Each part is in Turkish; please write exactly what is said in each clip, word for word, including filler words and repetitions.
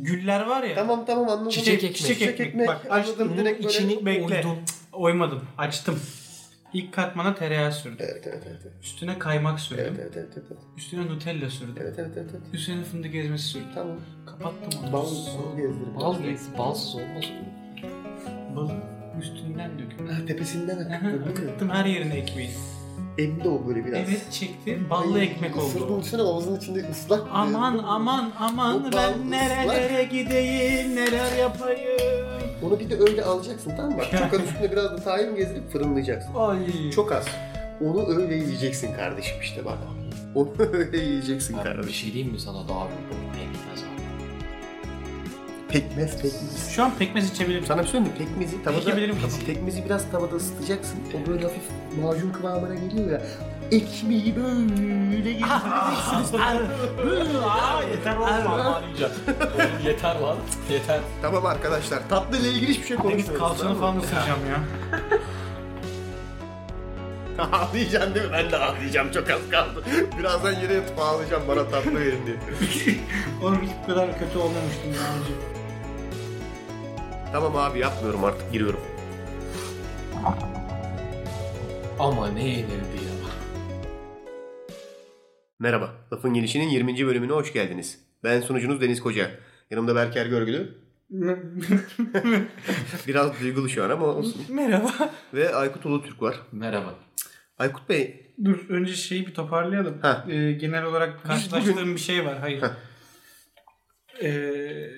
güller var ya. Tamam tamam anladım. Çiçek ekmek. Çiçek ekmek. ekmek. Bak Anladım, açtım direkt içini böyle... bekle. Oymadım. Açtım. İlk katmana tereyağı sürdüm. Evet evet evet. Üstüne kaymak sürdüm. Evet evet evet. evet. Üstüne Nutella sürdüm. Evet evet evet. evet. Üstüne fındık ezmesi sürdüm. Tamam. Kapattım onu. Bal, bal gezdirim. Bal gez, balsız olmaz. Balı üstünden döktüm. Ha, tepesinden akıttı. Kıttım her yerine ekmeği. Emdi o böyle biraz. Evet çekti. Ballı ekmek oldu. Isırdın içine ağzının içinde ıslak. Aman aman aman O ben bal nerelere gideyim, neler yapayım. Onu bir de öyle alacaksın tamam mı? Çok az üstüne biraz da tahin gezdirip fırınlayacaksın. Ay. Çok az. Onu öyle yiyeceksin kardeşim işte bak. Onu öyle yiyeceksin Ben bir kardeşim. şey diyeyim mi sana, daha büyük pekmez abi. Pekmez pekmez. Şu an pekmez içebilirim. Sana bir söyleyeyim mi? Pekmezi tavada... Çekebilirim Tamam, kesin. pekmezi biraz tavada ısıtacaksın. O böyle hafif macun kıvamına geliyor ya. Ekmeği böyle gezdireceksiniz. Aa, yeter oğlum ağlayacağım. Yeter lan. Yeter. Tamam arkadaşlar. Tatlı ile ilgili hiçbir şey Deniz konuşmuyoruz. kalçanı falan ısıracağım ya. Ağlayacaksın değil mi? Ben de ağlayacağım. Çok az kaldı. Birazdan yere yatıp ağlayacağım bana tatlı verin diye. Oğlum hiç bu kadar kötü olmamıştım daha önce. Tamam abi yapmıyorum artık. Giriyorum. Ama ne yenirdi ya. Merhaba. Lafın Gelişi'nin yirminci bölümüne hoş geldiniz. Ben sunucunuz Deniz Koca. Yanımda Berker Görgülü. Biraz duygulu şu an ama olsun. Merhaba. Ve Aykut Ulutürk var. Merhaba. Aykut Bey. Dur önce şeyi bir toparlayalım. Ee, genel olarak karşılaştığım bugün... bir şey var. Hayır. Ee,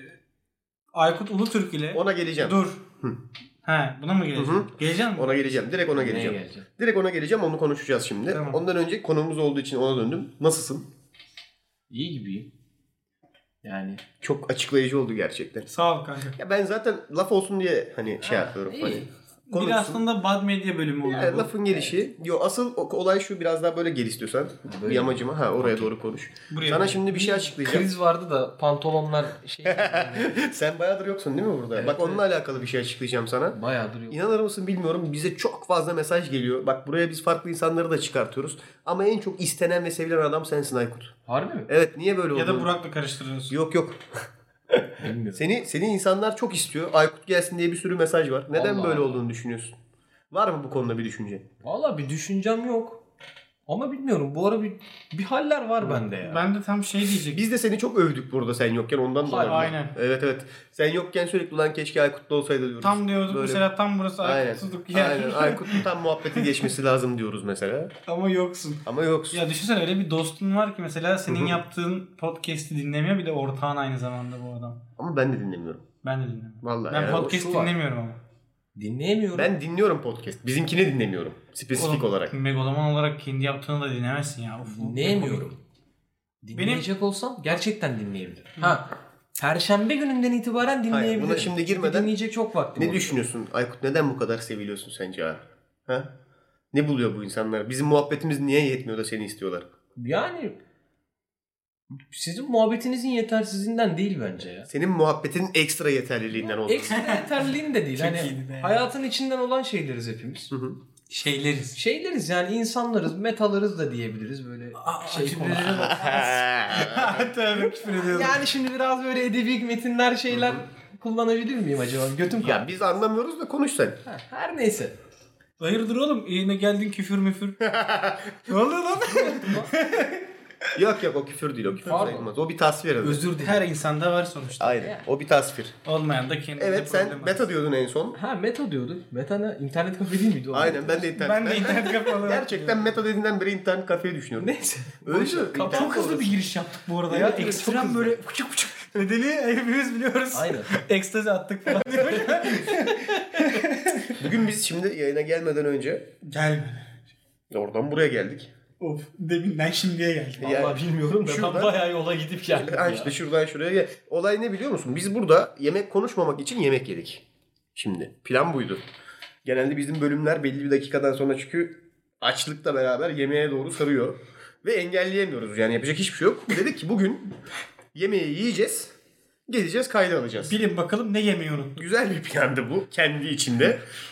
Aykut Ulutürk ile... Ona geleceğim. Dur. Hı. He, buna mı geleceğim? Hı hı. Geleceğim mi? Ona geleceğim. Direkt ona geleceğim. Neye geleceğim? Direkt ona geleceğim. Onu konuşacağız şimdi. Tamam. Ondan önce konumuz olduğu için ona döndüm. Nasılsın? İyi gibiyim. Yani. Çok açıklayıcı oldu gerçekten. Sağ ol kanka. Ya ben zaten laf olsun diye hani şey Ha, yapıyorum. iyi. Hani Bir konuşsun. aslında bad medya bölümü oluyor. Yani bu. lafın gelişi. Yo asıl o- olay şu, biraz daha böyle gel istiyorsan. Böyle Bir amacıma. Ha oraya doğru konuş. Buraya Sana doğru. şimdi bir şey açıklayacağım. Kriz vardı da pantolonlar şey. Sen bayağıdır yoksun değil mi burada? Evet, Bak evet. onunla alakalı bir şey açıklayacağım sana. Bayağıdır yok. İnanır mısın bilmiyorum. Bize çok fazla mesaj geliyor. Bak buraya biz farklı insanları da çıkartıyoruz. Ama en çok istenen ve sevilen adam sensin Aykut. Harbi mi? Evet niye böyle oldu? Ya da Burak'la karıştırıyorsun. Yok yok. Bilmiyorum. Seni seni insanlar çok istiyor. Aykut gelsin diye bir sürü mesaj var. Neden Allah böyle Allah. olduğunu düşünüyorsun? Var mı bu konuda bir düşünce? Valla bir düşüncem yok. Ama bilmiyorum. Bu ara bir bir haller var bende ya. Ben de tam şey diyecektim. Biz de seni çok övdük burada sen yokken ondan da Hayır, olabilir. aynen. Evet evet. Sen yokken sürekli ulan keşke Aykut'ta olsaydı diyoruz. Tam diyorduk Böyle- mesela tam burası Aynen. Aykut'suzluk yer. Aynen. Aykut'un tam muhabbeti geçmesi lazım diyoruz mesela. Ama yoksun. Ama yoksun. Ya düşünsene öyle bir dostun var ki mesela senin Hı hı. yaptığın podcast'i dinlemiyor, bir de ortağın aynı zamanda bu adam. Ama ben de dinlemiyorum. Ben de dinlemiyorum. Vallahi Ben yani podcast şu var. dinlemiyorum ama. Dinleyemiyorum. Ben dinliyorum podcast. Bizimkini dinlemiyorum. Spesifik Oğlum, olarak. Megaloman olarak kendi yaptığını da dinlemezsin ya. Uf, Dinleyemiyorum. Dinleyecek olsam gerçekten dinleyebilirim. Ha. Perşembe gününden itibaren dinleyebilirim. buna şimdi Çünkü girmeden dinleyecek çok vaktim Ne olacak. düşünüyorsun Aykut? Neden bu kadar seviliyorsun sence abi? Ha? Ne buluyor bu insanlar? Bizim muhabbetimiz niye yetmiyor da seni istiyorlar? Yani sizin muhabbetinizin yetersizliğinden değil bence ya. Senin muhabbetin ekstra yeterliliğinden oldu. Ekstra yeterliliğin de değil. Çok hani iyiydi be. hayatın içinden olan şeyleriz hepimiz. Hı hı. Şeyleriz. Şeyleriz yani, insanlarız, metalarız da diyebiliriz böyle şey küfür konusu. Tövbe küfür ediyorum. Yani şimdi biraz böyle edebi metinler şeyler kullanabilir miyim acaba? Götüm Ya biz anlamıyoruz da konuş sen. Ha, her neyse. Hayırdır oğlum? Yine geldin küfür müfür. Ne oluyor lan? Yok yok o küfür değil, o küfür Pardon. sayılmaz. O bir tasvir adı. Özür dilerim. Her insanda var sonuçta. Aynen. O bir tasvir. Olmayan da kendinde Evet sen problem var. beta diyordun en son. Ha meta diyorduk. Meta ne? İnternet kafe değil miydi o? Aynen ben de internet. Ben de internet kapalı. Gerçekten meta dediğinden beri internet kafeye düşünüyorum. Neyse. Öyle Boş ver. mi? Kapat Çok hızlı orası. bir giriş yaptık bu arada Evet, ya. evet, çok Ekstrem hızlı. böyle fıçık fıçık. Bedeli hepimiz biliyoruz. Aynen. Ekstazi attık falan diyor. Bugün biz şimdi yayına gelmeden önce Gelme. oradan buraya geldik. Of deminden şimdiye geldi. Ya, Vallahi bilmiyorum da şuradan- ben bayağı yola gidip geldim Ha ya. işte şuradan şuraya gel. Olay ne biliyor musun? Biz burada yemek konuşmamak için yemek yedik. Şimdi plan buydu. Genelde bizim bölümler belli bir dakikadan sonra çünkü açlıkla beraber yemeğe doğru sarıyor. Ve engelleyemiyoruz. Yani yapacak hiçbir şey yok. Dedik ki bugün yemeği yiyeceğiz. Geleceğiz, kayda alacağız. Bilin bakalım ne yemeyi unuttuk. Güzel bir plandı bu kendi içinde.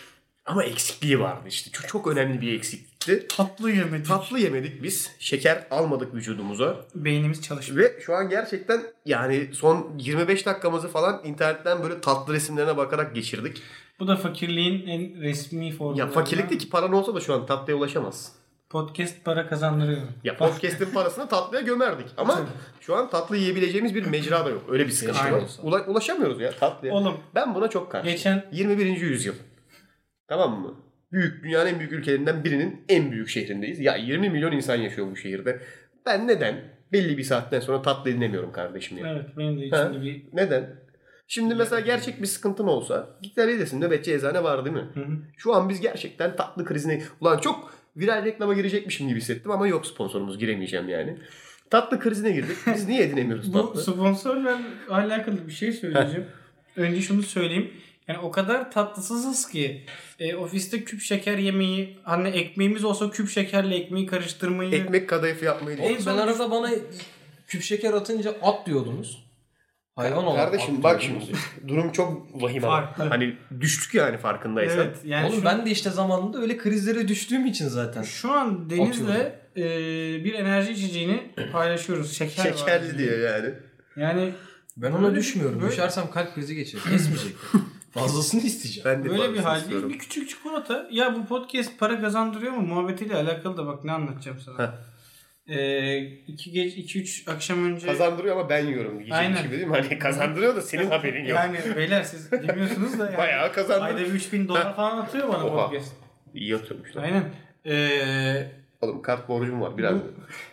Ama eksikliği vardı işte. Çok, çok önemli bir eksiklikti. Tatlı yemedik. Tatlı yemedik biz. Şeker almadık vücudumuza. Beynimiz çalışmıyor. Ve şu an gerçekten yani son yirmi beş dakikamızı falan internetten böyle tatlı resimlerine bakarak geçirdik. Bu da fakirliğin en resmi formu. Ya fakirlikte ki paran olsa da şu an tatlıya ulaşamaz. Podcast para kazandırıyor. Ya podcast'in parasını tatlıya gömerdik. Ama şu an tatlı yiyebileceğimiz bir mecra da yok. Öyle bir sıkıntı Aynen. var. Ula- ulaşamıyoruz ya tatlıya. Oğlum. Ben buna çok karşıyım. Geçen yirmi birinci yüzyıl. Tamam mı? Büyük, dünyanın en büyük ülkelerinden birinin en büyük şehrindeyiz. Ya yirmi milyon insan yaşıyor bu şehirde. Ben neden belli bir saatten sonra tatlı dinlemiyorum kardeşim ya? evet benim de Ha? içimde bir Neden? Şimdi mesela gerçek bir sıkıntın olsa gider desin nöbetçi eczane var değil mi? Hı hı. Şu an biz gerçekten tatlı krizine... Ulan çok viral reklama girecekmişim gibi hissettim ama yok sponsorumuz, giremeyeceğim yani. Tatlı krizine girdik. Biz niye edinemiyoruz Bu tatlı? sponsorla alakalı bir şey söyleyeceğim. Önce şunu söyleyeyim. Yani o kadar tatlısızız ki e, ofiste küp şeker yemeyi, hani ekmeğimiz olsa küp şekerle ekmeği karıştırmayı. Ekmek kadayıfı yapmayı Oğlum değil. ben arada bana küp şeker atınca at diyordunuz. Hayvan olan Kardeşim at bak diyordunuz. şimdi durum çok vahim ama. Farklı. Hani düştük yani farkındaysan. Evet, yani Oğlum şu, ben de işte zamanında öyle krizlere düştüğüm için zaten. şu an Deniz'le e, bir enerji içeceğini paylaşıyoruz. Şeker var Şekerli diye yani. Yani Ben ona Böyle- düşmüyorum. böyle- Düşersem kalp krizi geçirir. Kesmeyecek. Fazlasını isteyeceğim. Ben de böyle bir fazlasını halde istiyorum. bir küçük çikolata. Ya bu podcast para kazandırıyor mu muhabbetiyle alakalı da bak ne anlatacağım sana. Heh. Ee, iki geç iki üç akşam önce Kazandırıyor ama ben yiyorum. Aynen. Yiyecek gibi değil mi? Hani kazandırıyor da senin haberin yok. yani beyler siz bilmiyorsunuz da yani. Bayağı kazandırıyor. Ayda bir üç bin dolar falan atıyor bana Oha. podcast. İyi atıyormuş lan. Aynen. Ee, Oğlum kart borcum var biraz. bu,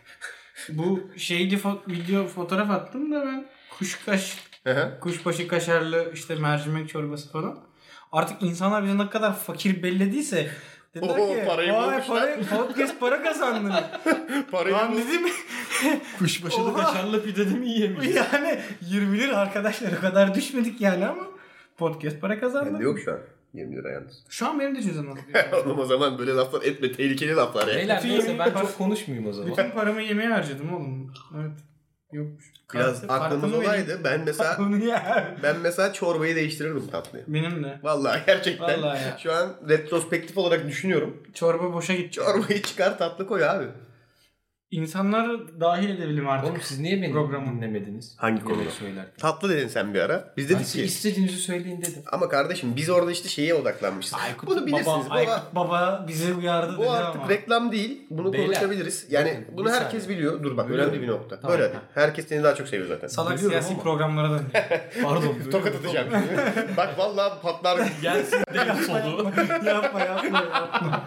bu şeyli fo- video fotoğraf attım da ben kuşkaş Hı hı. kuşbaşı kaşarlı işte mercimek çorbası falan. Artık insanlar bize ne kadar fakir bellediyse dediler Oo, ki parayı vay bulmuşlar." parayı, podcast para kazandın. Parayı Lan bul- dedim Kuşbaşılı Oha. kaşarlı pide de mi yiyemiş? yani yirmi lira arkadaşlar o kadar düşmedik yani ama podcast para kazandı. Bende yok şu an. yirmi lira yalnız. Şu an benim de cüzdanım. Oğlum o zaman böyle laflar etme. Tehlikeli laflar ya. Beyler Bütün neyse yemeği ben par- çok konuşmayayım o zaman. Bütün paramı yemeğe harcadım oğlum. Evet. Yokmuş. Biraz Kartı- aklımız kartını vereyim. olaydı. Ben mesela Bunu ya. ben mesela çorbayı değiştirirdim tatlıya. Benim de. Vallahi gerçekten. Vallahi ya. Şu an retrospektif olarak düşünüyorum. Çorba boşa gitti. Çorbayı çıkar tatlı koy abi. İnsanları dahil edebilirim artık. Oğlum siz niye beni Programı. dinlemediniz? Hangi Yemek konuda? söylerken. Tatlı dedin sen bir ara. Biz Ben dedik size ki istediğinizi söyleyin dedim. ama kardeşim biz orada işte şeye odaklanmışız. Aykut Bunu bilirsiniz. baba, Baba, Aykut baba bizi uyardı dedi bu artık ama. reklam değil. Bunu Beyler, konuşabiliriz. Yani bakın, bunu bir herkes saniye. biliyor. Dur bak Biliyorum. önemli bir nokta. Tamam. Böyle hadi. Herkes seni daha çok seviyor zaten. Salak Biliyorum siyasi ama. programlara döndü. Pardon. Tokat atacağım şimdi. Bak vallahi patlar. Gelsin derin solu. yapma yapma yapma.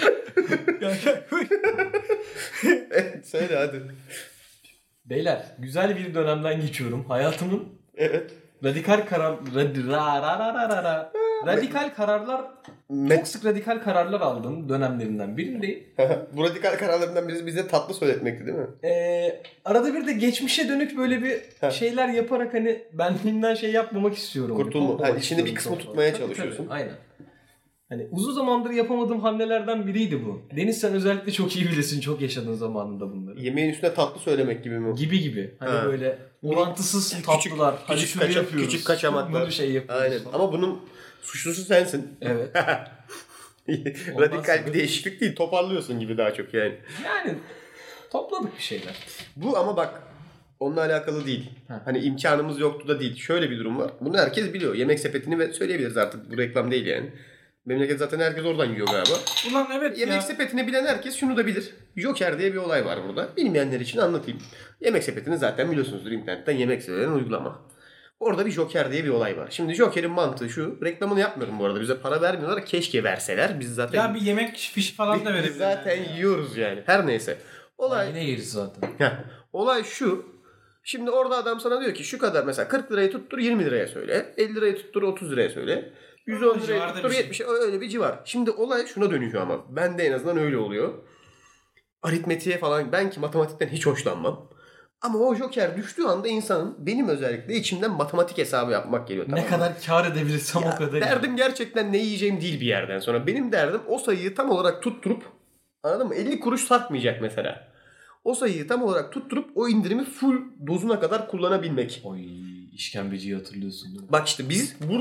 Evet, söyle hadi. Beyler güzel bir dönemden geçiyorum. Hayatımın Evet. radikal karar radi, ra, ra, ra, ra, ra, ra. radikal kararlar çok Met- sık radikal kararlar aldığım dönemlerinden birindeyim. Bu radikal kararlarından birisi bize tatlı söyletmekti değil mi? Ee, arada bir de geçmişe dönük böyle bir Heh. şeyler yaparak hani benliğimden şey yapmamak istiyorum. Kurtulma. Toplamak Ha, içinde bir istiyorum kısmı çok tutmaya fazla. Tabii, çalışıyorsun. tabii, aynen. Hani uzun zamandır yapamadığım hamlelerden biriydi bu. Deniz sen özellikle çok iyi bilirsin. Çok yaşadığın zamanında bunları. Yemeğin üstüne tatlı söylemek gibi mi? Gibi gibi. Hani Ha. böyle orantısız Küçük- tatlılar. Hani küçük şunu kaça- yapıyoruz. küçük kaçamaklar. Bunu şey yapıyoruz. Aynen. falan. Ama bunun suçlusu sensin. Evet. Radikal bir sonra- değişiklik değil. Toparlıyorsun gibi daha çok yani. Yani topladık bir şeyler. Bu ama bak onunla alakalı değil. Ha. Hani imkanımız yoktu da değil. Şöyle bir durum var. Bunu herkes biliyor. Yemek sepetini ve söyleyebiliriz artık. Bu reklam değil yani. Memleket zaten herkes oradan yiyor galiba. Ulan evet Yemek ya. sepetini bilen herkes şunu da bilir. Joker diye bir olay var burada. Bilmeyenler için anlatayım. Yemek sepetini zaten biliyorsunuzdur, internetten yemek sevilen uygulama. Orada bir Joker diye bir olay var. Şimdi Joker'in mantığı şu. Reklamını yapmıyorum bu arada. Bize para vermiyorlar. Keşke verseler. Biz zaten Ya bir yemek fiş falan da biz verebiliriz. zaten yiyoruz yani. Her neyse. Olay Yine yeriz zaten. Heh, olay şu. Şimdi orada adam sana diyor ki şu kadar mesela kırk lirayı tuttur yirmi liraya söyle. elli lirayı tuttur otuz liraya söyle. yüz on lirayı Civarda tuttur bir şey. yetmiş öyle bir civar. Şimdi olay şuna dönüyor ama. Bende en azından öyle oluyor. Aritmetiğe falan ben ki matematikten hiç hoşlanmam. Ama o Joker düştüğü anda insanın benim özellikle içimden matematik hesabı yapmak geliyor. Ne tamam mı? kadar kar edebilirsem Ya, o kadar. iyi. derdim gerçekten ne yiyeceğim değil bir yerden sonra. Benim derdim o sayıyı tam olarak tutturup anladın mı? elli kuruş sarkmayacak mesela. O sayıyı tam olarak tutturup o indirimi full dozuna kadar kullanabilmek. Oy işkembeciyi hatırlıyorsun değil mi? Bak işte biz burada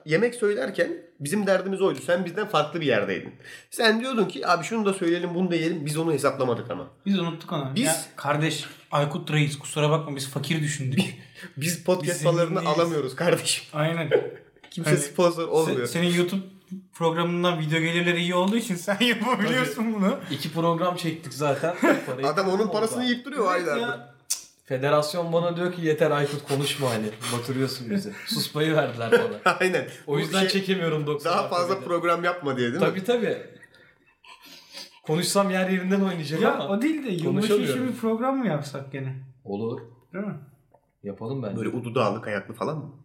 yemek söylerken bizim derdimiz oydu. Sen bizden farklı bir yerdeydin. Sen diyordun ki abi şunu da söyleyelim bunu da yiyelim. Biz onu hesaplamadık ama. Biz unuttuk onu. Biz... Ya kardeş Aykut Reis kusura bakma biz fakir düşündük. Biz podcast Biz paralarını zenginliyiz. alamıyoruz kardeşim. Aynen. Kimse Hani sponsor olmuyor. Se- senin YouTube programından video gelirleri iyi olduğu için sen yapabiliyorsun bunu. İki program çektik zaten. Parayı Adam onun oldu. parasını yiyip duruyor aylardır. Ya. Federasyon bana diyor ki yeter Aykut konuşma hani. Batırıyorsun bizi. Susmayı verdiler bana. Aynen. O yüzden Bu şey, çekemiyorum doksan daha dakika fazla bile. program yapma diye değil mi? Tabii tabii. Konuşsam yer yerinden oynayacak Ya ama. o değil de yılbaşı konuşamıyorum. işi bir program mı yapsak gene? Olur. Değil mi? Yapalım bence. Böyle udu dağlık ayaklı falan mı?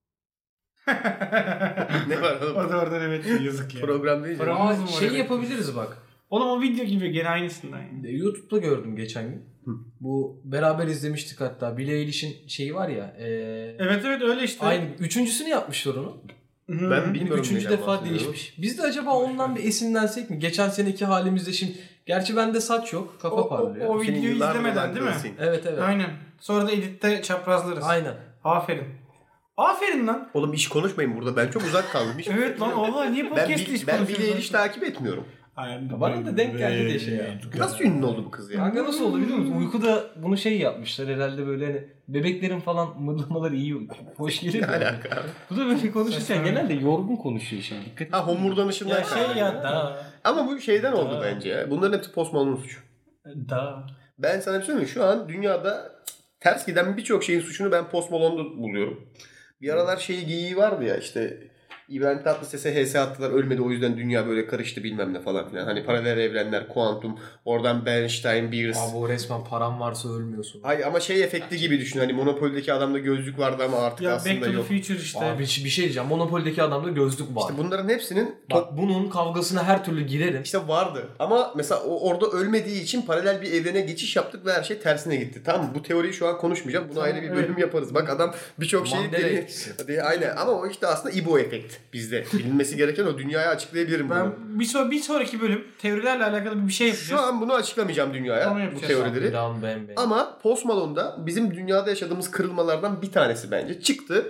Ne var oğlum? O da oradan evet yazık ya. Program değil. Program- ya. Ama Olmaz mı şey öyle? yapabiliriz bak. Oğlum o video gibi gene aynısından. Yani. E, YouTube'da gördüm geçen gün. Hı. Bu beraber izlemiştik hatta. Billie Eilish'in şeyi var ya. E, Evet evet öyle işte. Aynı. Üçüncüsünü yapmışlar onu. Hı. Ben bilmiyorum. Üçüncü neyden defa bahsediyorum. değişmiş. Biz de acaba ondan bir esinlensek mi? Geçen seneki halimizde şimdi. Gerçi bende saç yok. Kafa O, o, parlıyor. o Senin videoyu yıllardır izlemeden olan değil mi? klasiğin. Evet evet. Aynen. Sonra da editte çaprazlarız. Aynen. Aferin. Aferin lan. Oğlum iş konuşmayın burada. Ben çok uzak kaldım. Hiç Evet lan oha niye ben, podcast'te bil, iş ben konuşuyorsun? Billie Eilish takip etmiyorum. Bana da denk geldi diye şey yaptım. Nasıl ünlü oldu bu kız ya? Kanka nasıl oldu biliyor musun? Uykuda bunu şey yapmışlar herhalde böyle hani bebeklerin falan mırlamaları iyi hoş Ne geliyor. alaka abi? Bu da böyle konuşurken Saçma. genelde yorgun konuşuyor şimdi. Dikkat Ha homurdanışından Ya şey ya da. Ama bu şeyden oldu Da. bence ya. Bunların hepsi Post Malone'un suçu. Da. Ben sana bir şey söyleyeyim mi? Şu an dünyada ters giden birçok şeyin suçunu ben Post Malone'da buluyorum. Bir aralar şey geyiği vardı ya işte İbrahim Tatlıses'e H S attılar ölmedi o yüzden dünya böyle karıştı bilmem ne falan filan. Hani paralel evrenler, kuantum, oradan Bernstein, Beers. Abi o resmen param varsa ölmüyorsun. Hayır ama şey efekti gibi düşün. Hani Monopoly'deki adamda gözlük vardı ama artık Ya Back aslında to the yok. Future işte. Abi bir şey diyeceğim. Monopoly'deki adamda gözlük var. İşte bunların hepsinin top Bak bunun kavgasına her türlü girerim. işte vardı. Ama mesela o orada ölmediği için paralel bir evrene geçiş yaptık ve her şey tersine gitti. Tamam mı? Bu teoriyi şu an konuşmayacağım. Buna Tamam, ayrı bir evet. bölüm yaparız. Bak adam birçok şeyi Mandela deli. etkisi. Diye, aynen. Ama o işte aslında İbo efekt bizde. Bilinmesi gereken o. Dünyaya açıklayabilirim bunu. Ben bir, so- bir sonraki bölüm teorilerle alakalı bir şey yapacağız. Şu an bunu açıklamayacağım dünyaya. Onu Bu yapacağız. teorileri. Down bam bam. Ama Post Malone'da bizim dünyada yaşadığımız kırılmalardan bir tanesi bence. Çıktı.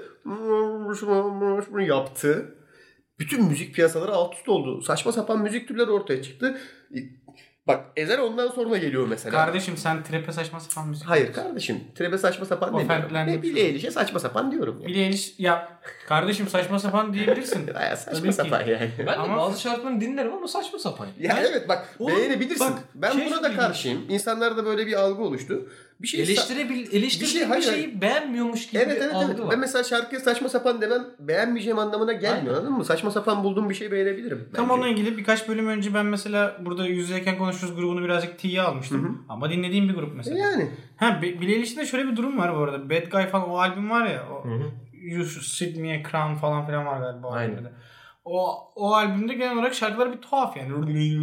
Bunu yaptı. Bütün müzik piyasaları alt üst oldu. Saçma sapan müzik türleri ortaya çıktı. Bak Ezel ondan sonra geliyor mesela. Kardeşim sen trap'e saçma sapan müzik. Hayır kardeşim. Trebe saçma sapan O demiyorum. fertlendim. Ne Billie Eilish'e saçma sapan diyorum. Ya. Billie Eilish ya kardeşim saçma sapan diyebilirsin. Ya saçma Tabii ki. sapan yani. Ben de Ama- bazı şarkılarını dinlerim ama saçma sapan. Ya Ben- evet bak Oğlum, beğenebilirsin. bak, ben şey buna da söyleyeyim. karşıyım. İnsanlarda böyle bir algı oluştu. Bir şey Eleştirebil, eleştirdiğin Bir şey- bir, hayır, şeyi beğenmiyormuş gibi Evet bir evet algı evet. var. Ben mesela şarkıya saçma sapan demem beğenmeyeceğim anlamına gelmiyor Aynen. anladın mı? Saçma sapan bulduğum bir şey beğenebilirim. Tam bence. onunla ilgili birkaç bölüm önce ben mesela burada yüz yüzeyken konuşuruz grubunu birazcık tiye almıştım. Hı hı. Ama dinlediğim bir grup E mesela. yani. Ha Bi- Billie Eilish'in de şöyle bir durum var bu arada. Bad Guy falan o albüm var ya. O Hı hı. You Should Sit Me a Crown falan filan var galiba o Aynen. albümde. O, o albümde genel olarak şarkılar bir tuhaf yani.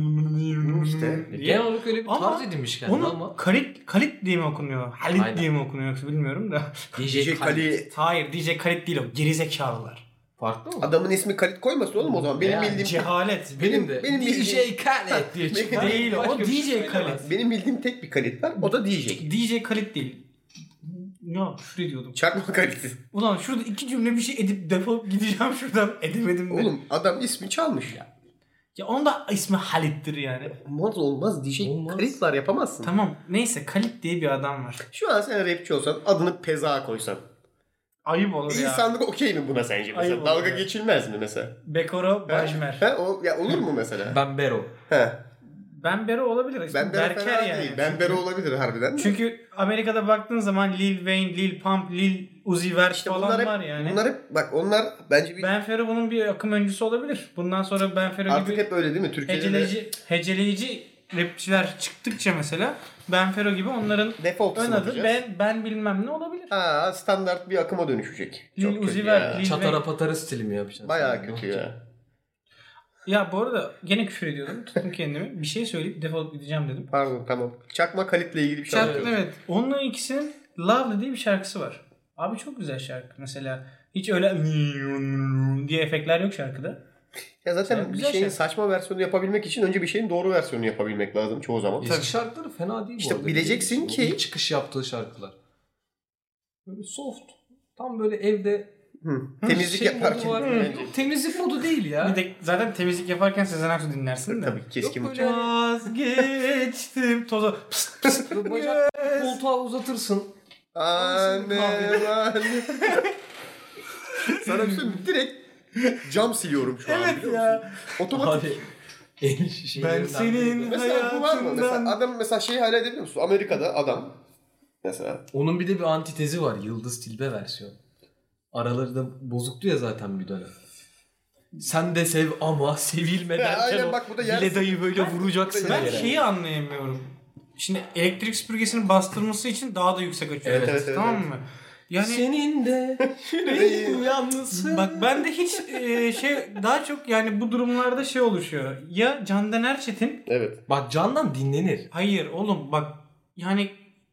İşte. E, diye. Genel olarak öyle bir Ama tarz edinmiş kendine Onu ama. Kalit, Kalit diye mi okunuyor? Halit Aynen. diye mi okunuyor yoksa bilmiyorum da. D D J Kali. Hayır D J Kalit değil o. Gerizekalılar. Farklı mı? Adamın ismi Kalit koymasın oğlum o zaman. Benim Yani bildiğim Cehalet. Benim de. benim D bildiğim- J Khaled diye çıkıyor. Değil o. Başka bir D şey J söylemez. Khaled. benim bildiğim tek bir Kalit var. O da D J. D J Kalit değil. Ya şuraya diyordum. Çakma Kalit'i. Ulan şurada iki cümle bir şey edip defolup gideceğim şuradan. Edemedim de. Oğlum adam ismi çalmış ya. Ya onun da ismi Halit'tir yani. Olmaz olmaz D J Olmaz. Kalit var yapamazsın. Tamam. Neyse Kalit diye bir adam var. Şu an sen rapçi olsan adını Peza koysan. Ayıp olur ya. İnsanlık okey mi buna sence mesela? Ayıp olur Dalga ya. geçilmez mi mesela? Bekoro Bajmer. He, o ya olur mu mesela? Ben Bero. He. Ben Bero olabilir. İsmi Ben Bero Berker fena yani. değil. Ben Bero olabilir harbiden. de. Çünkü Amerika'da baktığın zaman Lil Wayne, Lil Pump, Lil Uzi Vert İşte falan bunlar hep, var yani. bunlar hep bak onlar bence bir Ben Fero bunun bir akım öncüsü olabilir. Bundan sonra Ben Fero artık gibi hep öyle değil mi? Türkiye'de de heceleyici, heceleyici rapçiler çıktıkça mesela Ben Fero gibi onların default ön kısım adı yapacağız. ben, ben bilmem ne olabilir. Ha, standart bir akıma dönüşecek. Lil Çok kötü Uzi ya. Vert, Lil Çatara Wayne. patara stili mi yapacaksın? Bayağı sen? kötü ya. Ya bu arada gene küfür ediyordum. Tuttum kendimi. Bir şey söyleyip defolup gideceğim dedim. Pardon tamam. Çakma Kalit'le ilgili bir şey Şarkı, anlatıyorum. evet. Onunla ikisinin Lovely diye bir şarkısı var. Abi çok güzel şarkı. Mesela hiç öyle diye efektler yok şarkıda. Ya zaten Güzel bir şarkı. şeyin saçma versiyonu yapabilmek için önce bir şeyin doğru versiyonunu yapabilmek lazım çoğu zaman. Eski şarkıları fena değil İşte bu arada. bileceksin O ki- ilk çıkış yaptığı şarkılar. Böyle soft. Tam böyle evde Hı. Temizlik Şey yaparken. modu var. Bence. Yok, temizlik modu değil ya. Bir de zaten temizlik yaparken Sezen Aksu dinlersin de. Tabii keskin Yok bıçak. böyle- Vazgeçtim toza. Pıst pıst. Böyle bacak koltuğa uzatırsın. Anne anne. Sana bir şey söyleyeyim mi? Direkt cam siliyorum şu an. Evet biliyor ya. musun? Otomatik. Abi. en şeylerinden Ben senin biri. Mesela bu var mı? Mesela hayatından- adam mesela şeyi hala edebiliyor musun? Amerika'da adam mesela. Onun bir de bir antitezi var. Yıldız Tilbe versiyon. Araları da bozuktu ya zaten bir dönem. Sen de sev ama sevilme derken aynen o bak bu da yer- biledayı böyle vuracaksın. Ben yere. şeyi anlayamıyorum. Şimdi elektrik süpürgesinin bastırması için daha da yüksek açıyor. Evet, evet, evet, tamam evet. mı? Yani Senin de yüreğin yalnızsın. bak ben de hiç e, şey daha çok yani bu durumlarda şey oluşuyor. Ya Candan Erçetin Evet. Bak candan dinlenir. hayır oğlum bak yani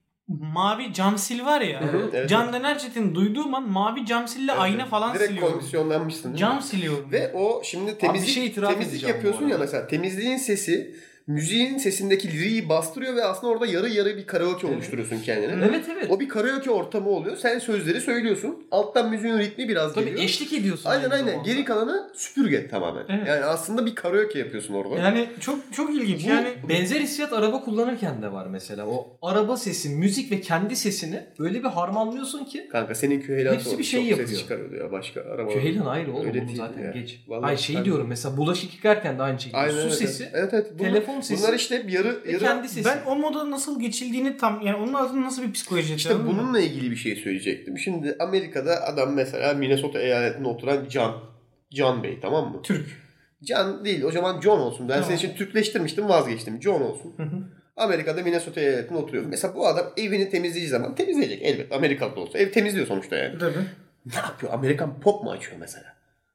mavi cam sil var ya. hı, evet. Candan Erçetin duyduğum an mavi cam sille ayna falan Direkt siliyorum. kondisyonlanmışsın değil mi? Cam siliyorum. Ve o şimdi temizlik, bir şey itiraf temizlik edeceğim yapıyorsun bu ya arada. mesela. Temizliğin sesi müziğin sesindeki liriği bastırıyor ve aslında orada yarı yarı bir karaoke oluşturuyorsun kendine. Evet evet. O bir karaoke ortamı oluyor. Sen sözleri söylüyorsun. Alttan müziğin ritmi biraz Tabii geliyor. eşlik ediyorsun. Aynen aynı aynen. zamanda. Geri kalanı süpürge tamamen. Evet. Yani aslında bir karaoke yapıyorsun orada. Yani çok çok ilginç. Bu Yani benzer hissiyat araba kullanırken de var mesela. O araba sesi, müzik ve kendi sesini öyle bir harmanlıyorsun ki Kanka senin Küheylan Hepsi çok, bir şey çok yapıyor. ses çıkarıyordu ya başka araba. Küheylan ayrı oğlum Öyle bunu değil zaten ya. geç. Vallahi Hayır şeyi ben- diyorum mesela bulaşık yıkarken de aynı şekilde. Aynen, Su evet, sesi, Evet evet. Bunlar, telefon sesi. Bunlar işte hep yarı ve yarı. kendi sesi. ben o moda nasıl geçildiğini tam yani onun altında nasıl bir psikoloji İşte yatıyor, bununla ilgili bir şey söyleyecektim. Şimdi Amerika'da adam mesela Minnesota eyaletinde oturan Can. Can Bey tamam mı? Türk. Can değil o zaman John olsun. Ben Tamam. senin için Türkleştirmiştim vazgeçtim. John olsun. Hı hı. Amerika'da Minnesota eyaletinde oturuyor. Mesela bu adam evini temizleyeceği zaman temizleyecek elbet. Amerikalı da olsa. Ev temizliyor sonuçta yani. Tabii. Ne yapıyor? Amerikan pop mu açıyor mesela?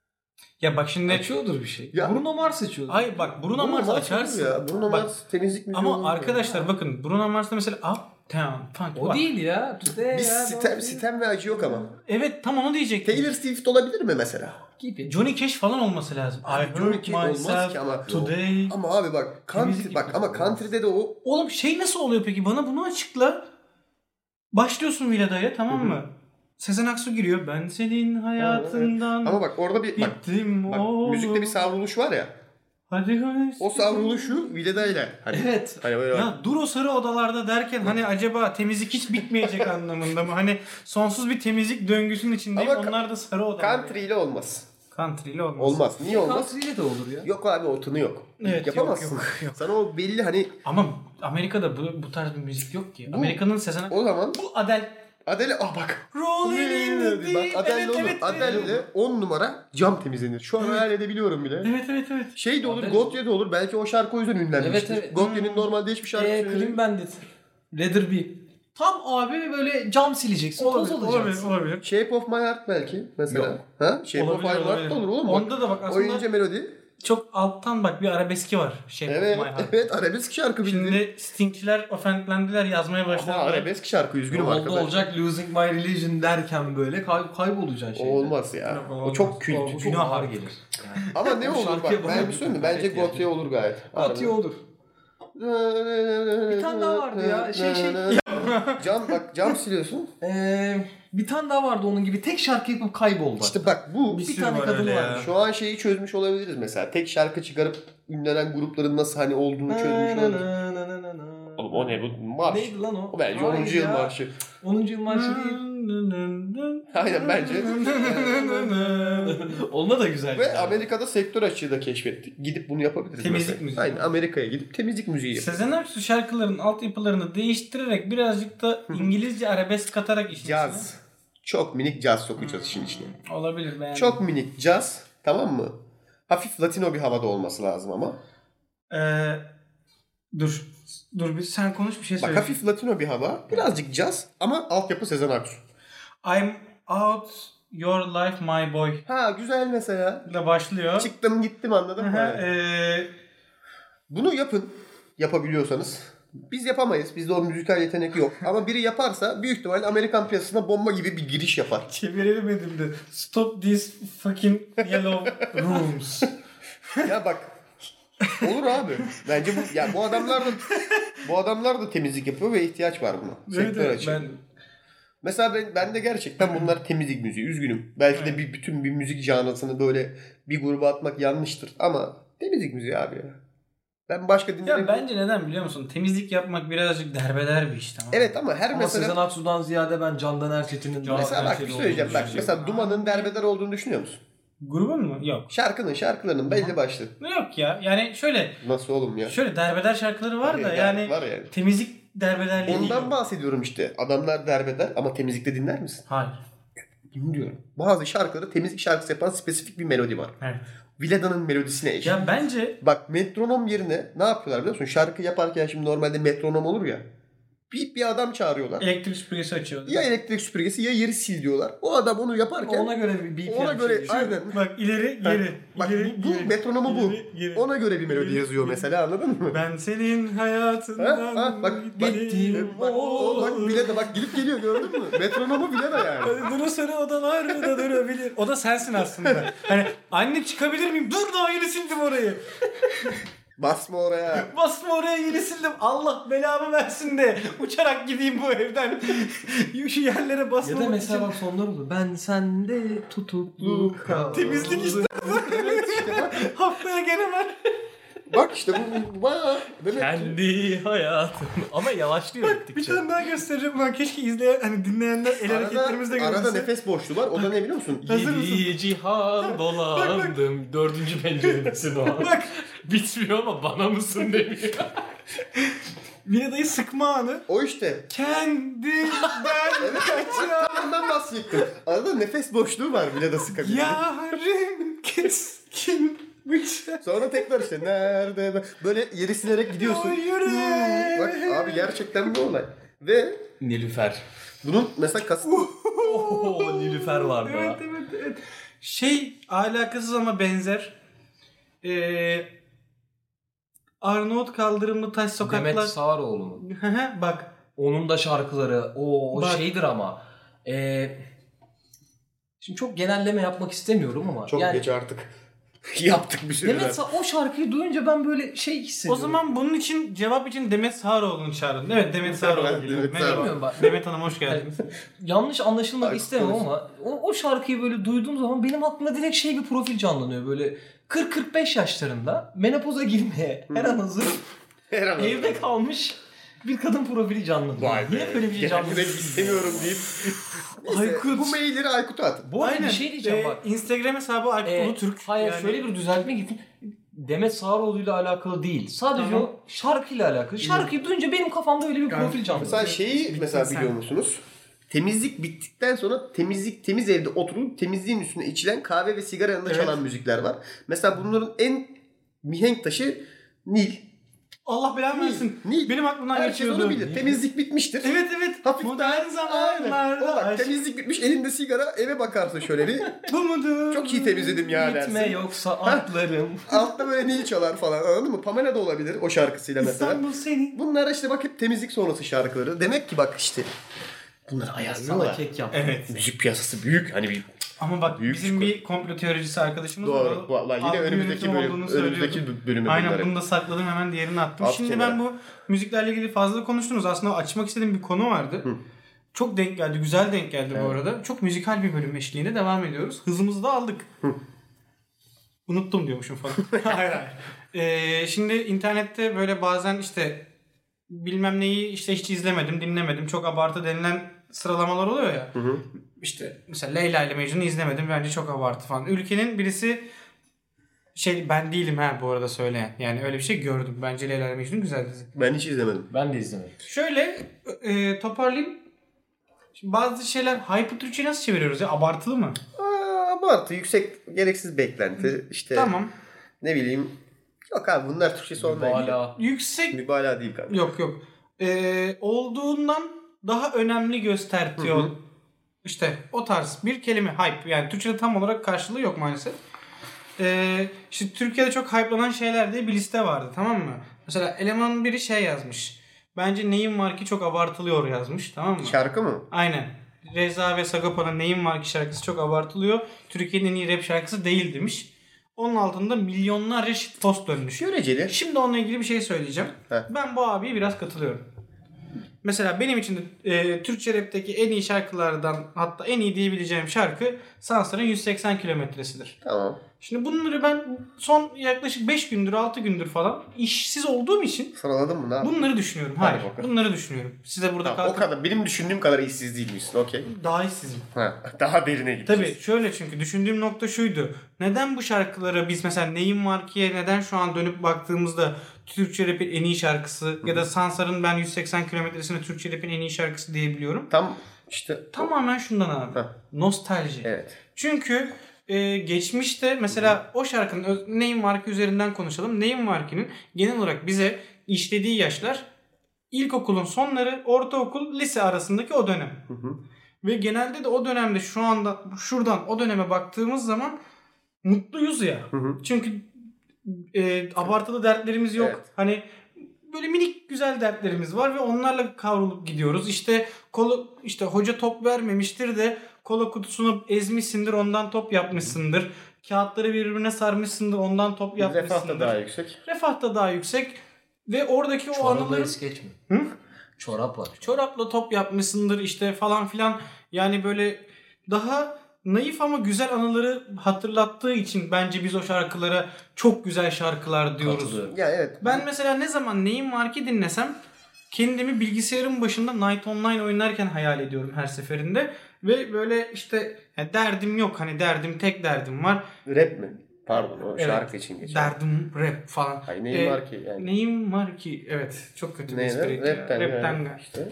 Ya bak şimdi Açıyordur bir şey. Ya- Bruno Mars açıyordur. hayır bak Bruno Mars açarsın. Ya. Bruno Bak, Mars temizlik müziği olur ama mu? arkadaşlar bakın Bruno Mars'ta mesela Uptown Funk O var. değil ya. Today Bir ya, sitem, o sitem ve acı yok ama. Evet tam onu diyecektim. Taylor Swift olabilir mi mesela? gibi. Johnny Cash falan olması lazım. Abi I Johnny hurt Cash olmaz myself ki ama. today. Ama abi bak country, Temizlik bak ama yapıyorsun. country'de de o Oğlum şey nasıl oluyor peki? Bana bunu açıkla. Başlıyorsun Vilada'ya tamam mı? Sezen Aksu giriyor. Ben senin hayatından ama bak orada bir bak, bittim bak oğlum. müzikte bir savruluş var ya. Hadi hadi. O savruluşu Vileda'yla. Hani, Evet. hani böyle Ya dur o sarı odalarda derken hani acaba temizlik hiç bitmeyecek anlamında mı? Hani sonsuz bir temizlik döngüsünün içindeyim. Ama Onlar da sarı odalar. country ile olmaz. Country ile olmaz. Olmaz. Niye olmaz? Country'yle de olur ya. Yok abi o tını yok. Evet, Yapamazsın. yok, yok, yok. Sana o belli hani Ama Amerika'da bu, bu tarz bir müzik yok ki. Amerika'nın Sezen Aksu. o zaman Bu Adele. Adele ah bak. Rolling in the Bak deep. Adele Evet olur. evet. Adele'de on numara cam temizlenir. Şu an hayal edebiliyorum bile. Evet evet evet. Şey de olur, Adele- Gotye de olur. Belki o şarkı o yüzden ünlenmiştir. Evet, evet. Gotye'nin normalde hiçbir şarkısı Eee yok. Clean Bandit. Leather Bee. Tam abi böyle cam sileceksin. Toz Olabilir, olabilir, alacaksın. olabilir. Shape of My Heart belki mesela. Yok. Ha? Shape Olabilir, of My Heart olabilir. da olur oğlum. Onda da bak aslında O ince melodi. çok alttan bak bir arabeski var. Şey Evet, of My Heart. evet arabesk şarkı bildiğin. Şimdi Sting'çiler ofendlendiler yazmaya Ama başladılar. arabesk şarkı üzgünüm Oldu arkadaşlar. olacak Losing My Religion derken böyle kay- kaybolacaksın O şeyde. olmaz ya. Yok, o o olmaz. çok kült. O- Çok Günah ağır var. gelir. Yani. Ama ne Bu olur şarkıya bak ben bana bir söyleyeyim mi? bir Bence ihtiyacı Gotye olur gayet. Gotye olur. Bir tane daha vardı ya. Şey, şey. Cam bak cam siliyorsun. Ee, bir tane daha vardı onun gibi. Tek şarkı yapıp kayboldu. İşte bak bu bir sürü tane var kadın öyle ya. varmış. şu an şeyi çözmüş olabiliriz mesela. Tek şarkı çıkarıp ünlenen grupların nasıl hani olduğunu çözmüş olabiliriz. Oğlum o ne bu marş? Neydi lan o? O bence Hayır onuncu yıl ya. marşı. onuncu yıl marşı değil. Aynen bence. Onunla da güzel. Ve Amerika'da sektör açığı da keşfettik. Gidip bunu yapabiliriz. Temizlik mesela. müziği. Aynen Amerika'ya gidip temizlik müziği yapıyoruz. Sezen Aksu şarkıların altyapılarını değiştirerek birazcık da İngilizce arabesk katarak işin Caz. Çok minik caz sokacağız işin içine. içine. Olabilir beğendim. Çok minik caz. Tamam mı? Hafif Latino bir havada olması lazım ama. Ee, dur. Dur bir sen konuş bir şey Bak söyle. hafif Latino bir hava. Birazcık caz ama altyapı Sezen Aksu. I'm out your life my boy Ha güzel mesela. ile başlıyor. Çıktım gittim anladın mı? Aha, ee, Bunu yapın. Yapabiliyorsanız. Biz yapamayız. Bizde o müzikal yetenek yok. Ama biri yaparsa büyük ihtimal Amerikan piyasasına bomba gibi bir giriş yapar. çeviremedim de. Stop this fucking yellow rooms. Ya bak. Olur abi. Bence bu ya bu adamlar da bu adamlar da temizlik yapıyor ve ihtiyaç var buna. Evet, Sektör evet, açığı. ben Mesela ben, ben de gerçekten bunlar temizlik müziği. Üzgünüm. Belki Evet. de bir bütün bir müzik janrasını böyle bir gruba atmak yanlıştır. Ama temizlik müziği abi ya. Ben başka dinlerim. Ya bence neden biliyor musun? Temizlik yapmak birazcık derbeder bir iş, tamam mı? Evet ama her Ama mesela... Sezen Aksu'dan ziyade ben Candan Erçetin'in Can- Mesela bak bir Erçetin şey söyleyeceğim. olduğunu Bak düşünüyorum. mesela Duman'ın derbeder olduğunu düşünüyor musun? Grubun mu? Yok. Şarkının şarkılarının belli başlı. Yok ya. Yani şöyle Nasıl oğlum ya? şöyle derbeder şarkıları var da Var yani Var yani. temizlik derbederliği değil. Ondan bahsediyorum işte. Adamlar derbeder ama temizlikte dinler misin? Hayır. Dinliyorum. Bazı şarkıları temizlik şarkısı yapan spesifik bir melodi var. Evet. Villada'nın melodisine eşit. Ya bence Bak metronom yerine ne yapıyorlar biliyor musun? Şarkı yaparken şimdi normalde metronom olur ya. Bir, bir adam çağırıyorlar. elektrik süpürgesi açıyor. Ya elektrik süpürgesi ya yeri sil diyorlar. O adam onu yaparken Ona göre bir B P M ona göre şey- aynen. Bak ileri geri. Bak ileri, bu, bu geri, metronomu bu. ileri, geri. Ona göre bir melodi İleri, yazıyor geri. mesela anladın mı? Ben senin Ha, hayatından ha, bak bak, gideyim. bak, o, bak bile de bak gidip geliyor gördün mü? Metronomu bile de yani. Duru sarı odalarda durabilir. O da sensin aslında. Hani anne çıkabilir miyim? Dur daha yeni sildim orayı. Basma oraya. Basma oraya yeni sildim. Allah belamı versin de uçarak gideyim bu evden. Şu yerlere basmamak Ya da mesela için. bak sonlar olur. Ben sende tutuklu kaldım. Temizlik işte. Evet işte bak. Haftaya gene var. Bak işte bu, bu bayağı demek ki- Kendi hayatım. Ama yavaşlıyor Bir gittikçe. tane daha göstereceğim ben. Keşke izleyen hani dinleyenler el hareketlerimizi de Arada, görürse. arada nefes boşluğu var. O da ne biliyor musun? Hazır mısın? Yedi cihan dolandım. Dördüncü penceredesin o an. Bak. Bitmiyor ama bana mısın demiyor. Vineda'yı sıkma anı. O işte. Kendinden Evet. kaçar. Ondan bahsettim. Arada nefes boşluğu var bile de sıkabilir. Yarım keskin bıçak. Sonra tekrar işte nerede ben- böyle yeri silerek gidiyorsun. O yürek. Bak abi gerçekten bir olay. Ve Nilüfer. bunun mesela kasıt Oo, Nilüfer vardı Evet ha. evet evet. Şey alakasız ama benzer. Ee, Arnavut kaldırımlı taş sokaklar. Demet Sağaroğlu mu? Hı hı, Bak. Onun da şarkıları o, o Bak. şeydir ama. Ee, şimdi çok genelleme yapmak istemiyorum ama. çok yani, geç artık. Yaptık bir sürü. Demet Sa- o şarkıyı duyunca ben böyle şey O hissediyorum. zaman bunun için cevap için Demet Sağaroğlu'nu çağırın. Evet Demet Sağaroğlu Evet, geliyor. Demet Merhaba. Bilmiyorum bak. Demet Hanım hoş geldiniz. Yanlış anlaşılmak Aykut istemem Konuş. ama o, o şarkıyı böyle duyduğum zaman benim aklıma direkt şey bir profil canlanıyor. Böyle kırk kırk beş yaşlarında menopoza girmeye her an hazır Her an evde kalmış bir kadın profili canlanıyor. Vay be. Niye böyle bir şey Kendime canlanıyor? istemiyorum deyip. Neyse, Aykut. Bu mailleri Aykut'a at. Bu arada Aynen. bir şey diyeceğim Ee, bak. Instagram hesabı Aykut Ee, Ulutürk. Hayır Yani- şöyle bir düzeltme gittim. Demet Sağaroğlu ile alakalı değil. Sadece Tamam. o şarkıyla alakalı. Şarkıyı duyunca benim kafamda öyle bir Yani profil canlanıyor. Mesela şeyi Bittin mesela sen. biliyor musunuz? Temizlik bittikten sonra temizlik temiz evde oturup temizliğin üstüne içilen kahve ve sigara yanında Evet. çalan müzikler var. Mesela bunların en mihenk taşı Nil. Allah belanı Nil. versin. Nil. Benim aklımdan Herkes geçiyordu. onu bilir. Temizlik bitmiştir. Evet evet. Hafif Modern Aynen. zamanlarda O bak aşk temizlik bitmiş elinde sigara eve bakarsın şöyle bir. bu mudur? Çok iyi temizledim ya Gitme dersin. yoksa atlarım. Altta böyle Nil çalar falan anladın mı? Pamela da olabilir o şarkısıyla mesela. İstanbul seni. Bunlar işte bak hep temizlik sonrası şarkıları. Demek ki bak işte bunları Sana ayarlıyorlar. kek yap. Evet. Müzik piyasası büyük. Hani bir Ama bak Büyük bizim bir komplo teoricisi arkadaşımız var. doğru. O Vallahi yine algı önümüzdeki yönetimi bölüm olduğunu önümüzdeki söylüyordu. bölüme Aynen bunları. bunu da sakladım hemen diğerini attım. At Şimdi kenara. ben bu müziklerle ilgili fazla konuştunuz. Aslında açmak istediğim bir konu vardı. Hı. Çok denk geldi. Güzel denk geldi bu Evet. arada. Çok müzikal bir bölüm eşliğinde devam ediyoruz. Hızımızı da aldık. Hı. Unuttum diyormuşum falan. hayır hayır. Ee, şimdi internette böyle bazen işte bilmem neyi işte hiç izlemedim, dinlemedim. Çok abartı denilen sıralamalar oluyor ya. Hı hı. İşte mesela Leyla ile Mecnun'u izlemedim. Bence çok abartı falan. Ülkenin birisi şey ben değilim ha bu arada söyleyen. Yani öyle bir şey gördüm. Bence Leyla ile Mecnun güzel dizi. Ben hiç izlemedim. Ben de izlemedim. Şöyle e, toparlayayım. Şimdi bazı şeyler hype Türkçe'ye nasıl çeviriyoruz ya? Abartılı mı? Aa, abartı, yüksek, gereksiz beklenti. İşte Tamam. ne bileyim. Yok abi bunlar Türkçesi olmayabilir. Mübalağa. Yüksek Mübalağa değil kanka. yok yok. E, olduğundan daha önemli göstertiyor. Hı hı. İşte o tarz bir kelime hype. Yani Türkçe'de tam olarak karşılığı yok maalesef. Ee, işte Türkiye'de çok hype'lanan şeyler diye bir liste vardı, tamam mı? Mesela elemanın biri şey yazmış. Bence neyim var ki çok abartılıyor yazmış, tamam mı? Şarkı mı? Aynen. Reza ve Sagopa'nın Neyim Var Ki şarkısı çok abartılıyor. Türkiye'nin en iyi rap şarkısı değil demiş. Onun altında milyonlarca shitpost dönmüş. Göreceli. Şimdi onunla ilgili bir şey söyleyeceğim. Heh. Ben bu abiye biraz katılıyorum. Mesela benim için de e, Türkçe rapteki en iyi şarkılardan, hatta en iyi diyebileceğim şarkı Sansar'ın yüz seksen kilometresidir. Tamam. Şimdi bunları ben son yaklaşık beş gündür altı gündür falan işsiz olduğum için Sıraladın mı? Ne yaptın? bunları düşünüyorum. Hadi Hayır. bakalım. Bunları düşünüyorum. Size burada Tamam, o kalkıp kadar. Benim düşündüğüm kadar işsiz değilmişsin. Okey. daha işsizim. Ha, daha derine gideceğiz. Tabii şöyle, çünkü düşündüğüm nokta şuydu. Neden bu şarkılara biz mesela Neyim Var Ki'ye neden şu an dönüp baktığımızda Türkçe rap'in en iyi şarkısı Hı-hı. ya da Sansar'ın ben yüz seksen kilometresine Türkçe rap'in en iyi şarkısı diyebiliyorum. Tam işte. Tamamen şundan abi. Heh. Nostalji. Evet. Çünkü e, geçmişte mesela Hı-hı. o şarkının Neyim Var Ki üzerinden konuşalım. Neyim Var Ki'nin genel olarak bize işlediği yaşlar ilkokulun sonları, ortaokul, lise arasındaki o dönem. Hı hı. Ve genelde de o dönemde şu anda şuradan o döneme baktığımız zaman mutluyuz ya. Hı hı. Çünkü e, abartılı dertlerimiz yok. Evet. Hani böyle minik güzel dertlerimiz var ve onlarla kavrulup gidiyoruz. İşte kola, işte hoca top vermemiştir de kola kutusunu ezmişsindir, ondan top yapmışsındır. Kağıtları birbirine sarmışsındır, ondan top yapmışsındır. Refah da daha yüksek. Refah da daha yüksek. Ve oradaki Çorapla o anıların... es geçme. Hı? Çorap var. Çorapla top yapmışsındır işte falan filan. Yani böyle daha naif ama güzel anıları hatırlattığı için bence biz o şarkılara çok güzel şarkılar diyoruz. Ya evet. Ben mesela ne zaman Neyim Var Ki dinlesem kendimi bilgisayarın başında Night Online oynarken hayal ediyorum her seferinde. Ve böyle işte yani derdim yok, hani derdim tek derdim var. Rap mi? Pardon, o evet, şarkı için geçiyor. Derdim rap falan. Hayır, neyim ee, var ki yani? Neyim var ki? Evet, çok kötü bir espri. Rap'ten. Rap'ten yani. işte.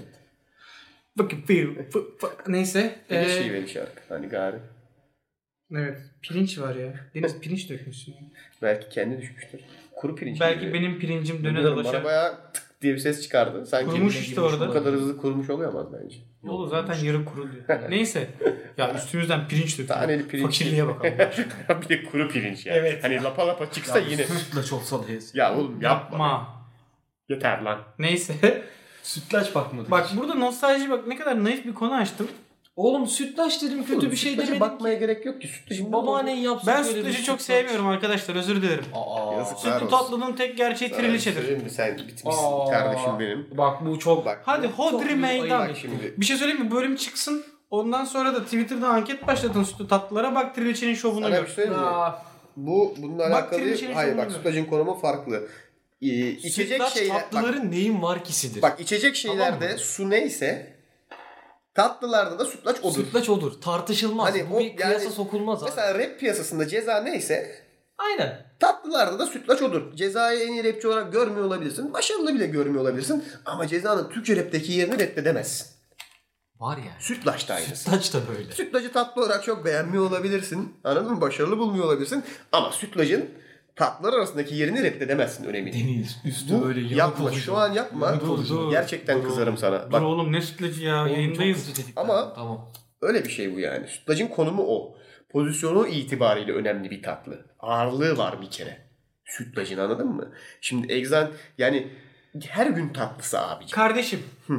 Neyse. Pirinç ee, şiveli şarkı. Hani gari. Evet. Pirinç var ya. Deniz pirinç dökmüşsün. Belki kendi düşmüştür. Kuru pirinç. Belki gibi. Benim pirincim döne dolaşır. Bana bayağı tık diye bir ses çıkardı. Sanki kurumuş işte orada. Bu kadar hızlı kurumuş olamaz bence. Olur zaten yarı kuru diyor. Neyse. Ya üstümüzden pirinç döküyor. Taneli pirinç. Fakirliğe bakalım. Bir de kuru pirinç yani. Evet. Hani lapa lapa çıksa ya, yine. Sütlaç olsa da yes. Ya oğlum yapma. yapma. Yeter lan. Neyse. Sütlaç bakmadık. Bak hiç. Burada nostalji, bak ne kadar naif bir konu açtım. Oğlum sütlaç dedim, kötü oğlum, bir şey demedim. Bakmaya gerek yok ki. Sütlacın babaannen yapsın. Ben sütlacı çok sevmiyorum arkadaşlar, özür dilerim. Aa, sütlü tatlının tek gerçeği triliçedir. Sen bitmişsin kardeşim benim. Bak bu çok bak. Hadi hodri meydan. Şimdi. Bir şey söyleyeyim mi? Bölüm çıksın. Ondan sonra da Twitter'da anket başlatın sütlü tatlılara. Bak Triliçe'nin şovunu gör. Sana bir Bu bununla alakalı. Hayır bak, sütlacın konumu farklı. Ee, içecek sütlaç şeyler. Tatlıların bak, neyin var kisidir. Bak içecek şeylerde tamam su neyse tatlılarda da sütlaç odur. Sütlaç odur. Tartışılmaz. Hani bu o, bir kıyasa yani, sokulmaz abi. Mesela rap piyasasında ceza neyse aynen. tatlılarda da sütlaç odur. Cezayı en iyi rapçi olarak görmüyor olabilirsin. Başarılı bile görmüyor olabilirsin. Ama cezanın Türkçe rapteki yerini reddedemezsin. Var yani. Sütlaç da aynısı. Sütlaç da böyle. Sütlacı tatlı olarak çok beğenmiyor olabilirsin. Anladın mı? Başarılı bulmuyor olabilirsin. Ama sütlacın tatlılar arasındaki yerini reddedemezsin önemli. Deniz üstü bu, böyle yapma. Olacak. Şu an yapma. Dur, dur, Gerçekten dur, kızarım sana. Dur Bak, oğlum ne sütlacı ya, yayındayız. Ama tamam. Öyle bir şey bu yani. Sütlacın konumu o. Pozisyonu itibariyle önemli bir tatlı. Ağırlığı var bir kere. Sütlacın, anladın mı? Şimdi egzan yani her gün tatlısı abiciğim. Kardeşim. Hı.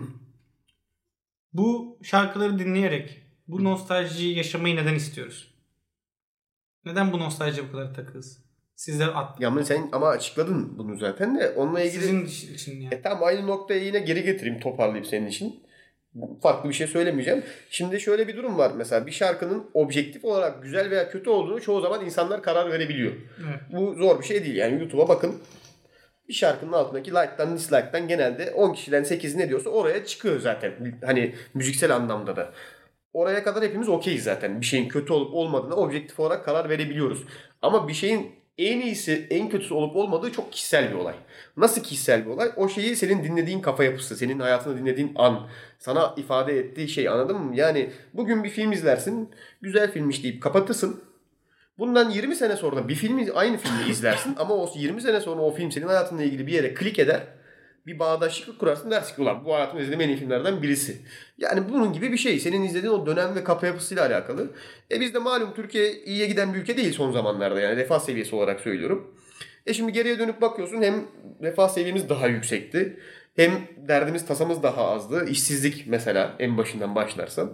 Bu şarkıları dinleyerek bu nostaljiyi yaşamayı neden istiyoruz? Neden bu nostaljiye bu kadar takığız? Sizler at. Ya sen ama açıkladın bunu zaten de onunla ilgili. Sizin için yani. E tamam, aynı noktaya yine geri getireyim, toparlayıp senin için. Farklı bir şey söylemeyeceğim. Şimdi şöyle bir durum var. Mesela bir şarkının objektif olarak güzel veya kötü olduğunu çoğu zaman insanlar karar verebiliyor. Evet. Bu zor bir şey değil. Yani YouTube'a bakın. Bir şarkının altındaki like'tan dislike'tan genelde on kişiden sekiz ne diyorsa oraya çıkıyor zaten. Hani müziksel anlamda da. Oraya kadar hepimiz okeyiz zaten. Bir şeyin kötü olup olmadığına objektif olarak karar verebiliyoruz. Ama bir şeyin en iyisi, en kötüsü olup olmadığı çok kişisel bir olay. Nasıl kişisel bir olay? O şeyi senin dinlediğin kafa yapısı, senin hayatında dinlediğin an, sana ifade ettiği şey, anladın mı? Yani bugün bir film izlersin, güzel filmmiş deyip kapatırsın. Bundan yirmi sene sonra bir filmi, aynı filmi izlersin ama o yirmi sene sonra o film senin hayatınla ilgili bir yere klik eder. Bir bağdaşlık kurarsın, dersin ki ulan bu hayatımda izlediğim en iyi filmlerden birisi. Yani bunun gibi bir şey. Senin izlediğin o dönem ve kafa yapısıyla alakalı. E biz de malum Türkiye iyiye giden bir ülke değil son zamanlarda, yani refah seviyesi olarak söylüyorum. E şimdi geriye dönüp bakıyorsun, hem refah seviyemiz daha yüksekti. Hem derdimiz tasamız daha azdı. İşsizlik mesela en başından başlarsan.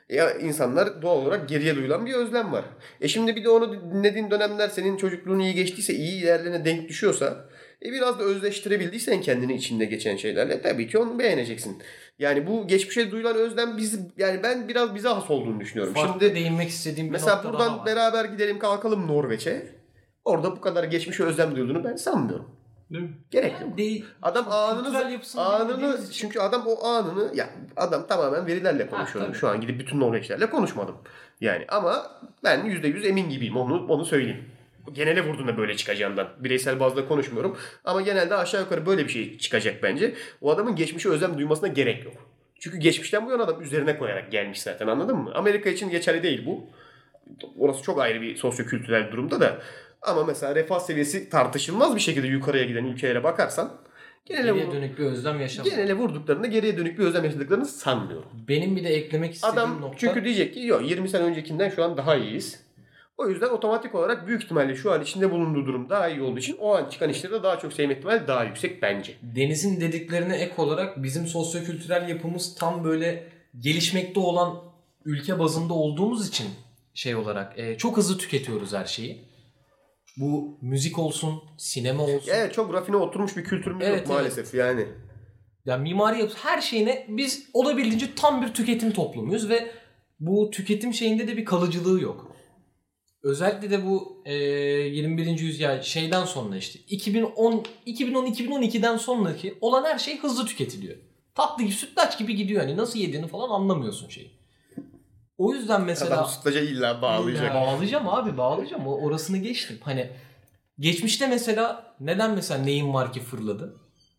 Ya insanlar doğal olarak geriye duyulan bir özlem var. E şimdi bir de onu dinlediğin dönemler senin çocukluğun iyi geçtiyse, iyi yerlerine denk düşüyorsa, e biraz da özleştirebildiysen kendini içinde geçen şeylerle tabii ki onu beğeneceksin. Yani bu geçmişe duyulan özlem biz, yani ben biraz bize has olduğunu düşünüyorum. Farklı Şimdi değinmek istediğim bir mesela nokta buradan daha var. beraber gidelim kalkalım Norveç'e. Orada bu kadar geçmişe özlem duyulduğunu ben sanmıyorum. Değil mi? Gerek yok. Değil. Adam Kültürel anını, yapısını anını bilmediğimiz için. çünkü adam o anını, ya adam tamamen verilerle konuşuyorum. tabii. Şu an gidip bütün Norveçlerle konuşmadım. Yani ama ben yüzde yüz emin gibiyim, onu onu söyleyeyim. Genele vurduğunda böyle çıkacağından. Bireysel bazda konuşmuyorum. Ama genelde aşağı yukarı böyle bir şey çıkacak bence. O adamın geçmişe özlem duymasına gerek yok. Çünkü geçmişten bu yana adam üzerine koyarak gelmiş zaten, anladın mı? Amerika için geçerli değil bu. Orası çok ayrı bir sosyo-kültürel durumda da. Ama mesela refah seviyesi tartışılmaz bir şekilde yukarıya giden ülkelere bakarsan genele, Geriye vur- dönük bir özlem yaşamadım. genele vurduklarında geriye dönük bir özlem yaşadıklarını sanmıyorum. Benim bir de eklemek istediğim Adam nokta... çünkü diyecek ki yok yirmi sene öncekinden şu an daha iyiyiz. O yüzden otomatik olarak büyük ihtimalle şu an içinde bulunduğu durum daha iyi olduğu için o an çıkan işleri de daha çok sevme ihtimali daha yüksek bence. Deniz'in dediklerine ek olarak bizim sosyokültürel yapımız tam böyle gelişmekte olan ülke bazında olduğumuz için şey olarak e, çok hızlı tüketiyoruz her şeyi. Bu müzik olsun, sinema olsun. Evet, çok rafine oturmuş bir kültürümüz Evet, yok maalesef yani. Yani mimari yapısı her şeyine biz olabildiğince tam bir tüketim toplumuyuz ve bu tüketim şeyinde de bir kalıcılığı yok. Özellikle de bu e, yirmi birinci yüzyıl şeyden sonra işte iki bin on iki bin on iki bin on ikiden sonraki olan her şey hızlı tüketiliyor. Tatlı gibi, sütlaç gibi gidiyor, hani nasıl yediğini falan anlamıyorsun şeyi. O yüzden mesela Adam sütlaca illa bağlayacak. bağlayacağım abi, bağlayacağım. O orasını geçtim. Hani geçmişte mesela neden mesela Neyim Var Ki fırladı?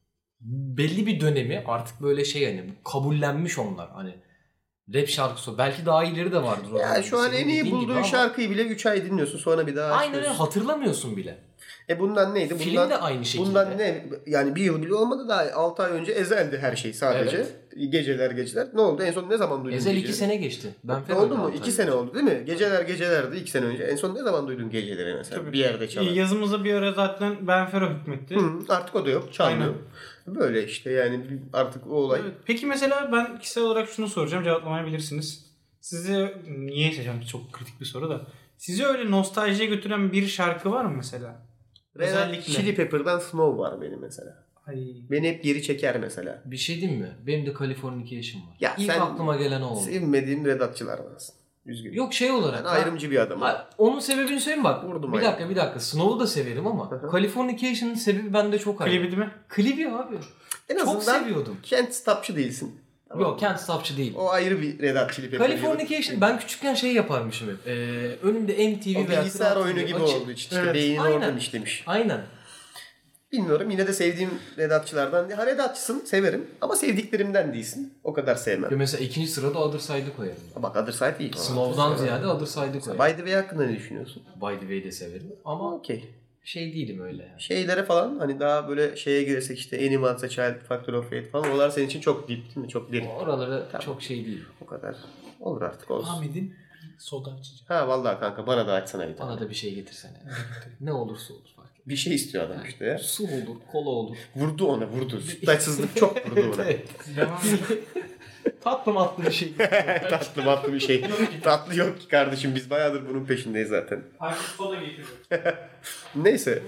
Belli bir dönemi artık böyle şey, hani kabullenmiş onlar. Hani rap şarkısı. Belki daha iyileri de vardır. o Ya zaman. şu an Senin en iyi dediğin gibi bulduğun ama şarkıyı bile üç ay dinliyorsun, sonra bir daha aynen öyle, açmıyorsun. hatırlamıyorsun bile. E bundan neydi? Film Bundan, de aynı şekilde. Bundan ne? Yani bir yıl bile olmadı, daha altı ay önce Ezel'di her şey sadece. Evet. Geceler geceler. Ne oldu? En son ne zaman duydun Ezel iki geceleri? sene geçti. Ben Ne oldu mu? Fener'de iki altı sene ay. oldu değil mi? Geceler gecelerdi iki sene önce. En son ne zaman duydun geceleri mesela? Tabii. Bir yerde çalan. Yazımıza bir ara zaten Benfero hükmetti. Hı, artık o da yok. Çalmıyor. Böyle işte yani artık o olay. Evet. Peki mesela ben kişisel olarak şunu soracağım, cevaplamayabilirsiniz. Sizi niye seçeceğim? Çok kritik bir soru da. Sizi öyle nostaljiye götüren bir şarkı var mı mesela? Red Hot Özellikle. Chili Pepper'dan Snow var benim mesela. Ay. Beni hep geri çeker mesela. Bir şey diyeyim mi? Benim de Californication var. Ya İlk sen- aklıma gelen o oldu. Sevmediğim Red Hot'çılar varsın. Üzgünüm. Yok şey olarak. Ben ayrımcı bir adamım. Ha, onun sebebini söyleyeyim bak. Vurdum bir ayağı. dakika bir dakika. Snow'u da severim ama Californication'ın sebebi bende çok ayrı. Klibi değil mi? Klibi abi. En Çok azından seviyordum. Kent Stopçı değilsin. Tamam Yok mı? Kent Stopçı değil. O ayrı bir Red Hot Chili Pepper. Californication ben küçükken şey yaparmışım hep. Ee, önümde M T V O veya bilgisayar Kral oyunu T V gibi açık. oldu işte. Evet. Beynin Aynen. oradan işlemiş. Aynen. Bilmiyorum, yine de sevdiğim Red Hot'çılardan. Ha, Red Hot'çısın, severim ama sevdiklerimden değilsin. O kadar sevmem. Ya mesela ikinci sırada Other Side'ı koyarım. Bak Other Side iyi. Snow'dan ziyade Other Side'ı koyarım. By the Way hakkında ne düşünüyorsun? By the Way de severim ama Okey. şey değilim öyle yani. Şeylere falan hani daha böyle şeye girsek işte Animals, A Child, Factor of Fate falan, oralar senin için çok deep değil mi? Çok derin. Oraları Tamam. çok şey değil. O kadar. Olur artık, olsun. Ahmet'in soda açacağım. Ha vallahi kanka, bana da açsana bir tane. Bana da bir şey getirsene. Ne olursa olur fark etmez. Bir şey istiyor adam işte ya. Su olur, kola olur. Vurdu ona, vurdu. Sütlaçsızlık çok vurdu ona. Devam edelim. Tatlı matlı bir şey. Tatlı matlı bir şey. Tatlı yok ki kardeşim, biz bayağıdır bunun peşindeyiz zaten. Artık soda getiriyor. Neyse.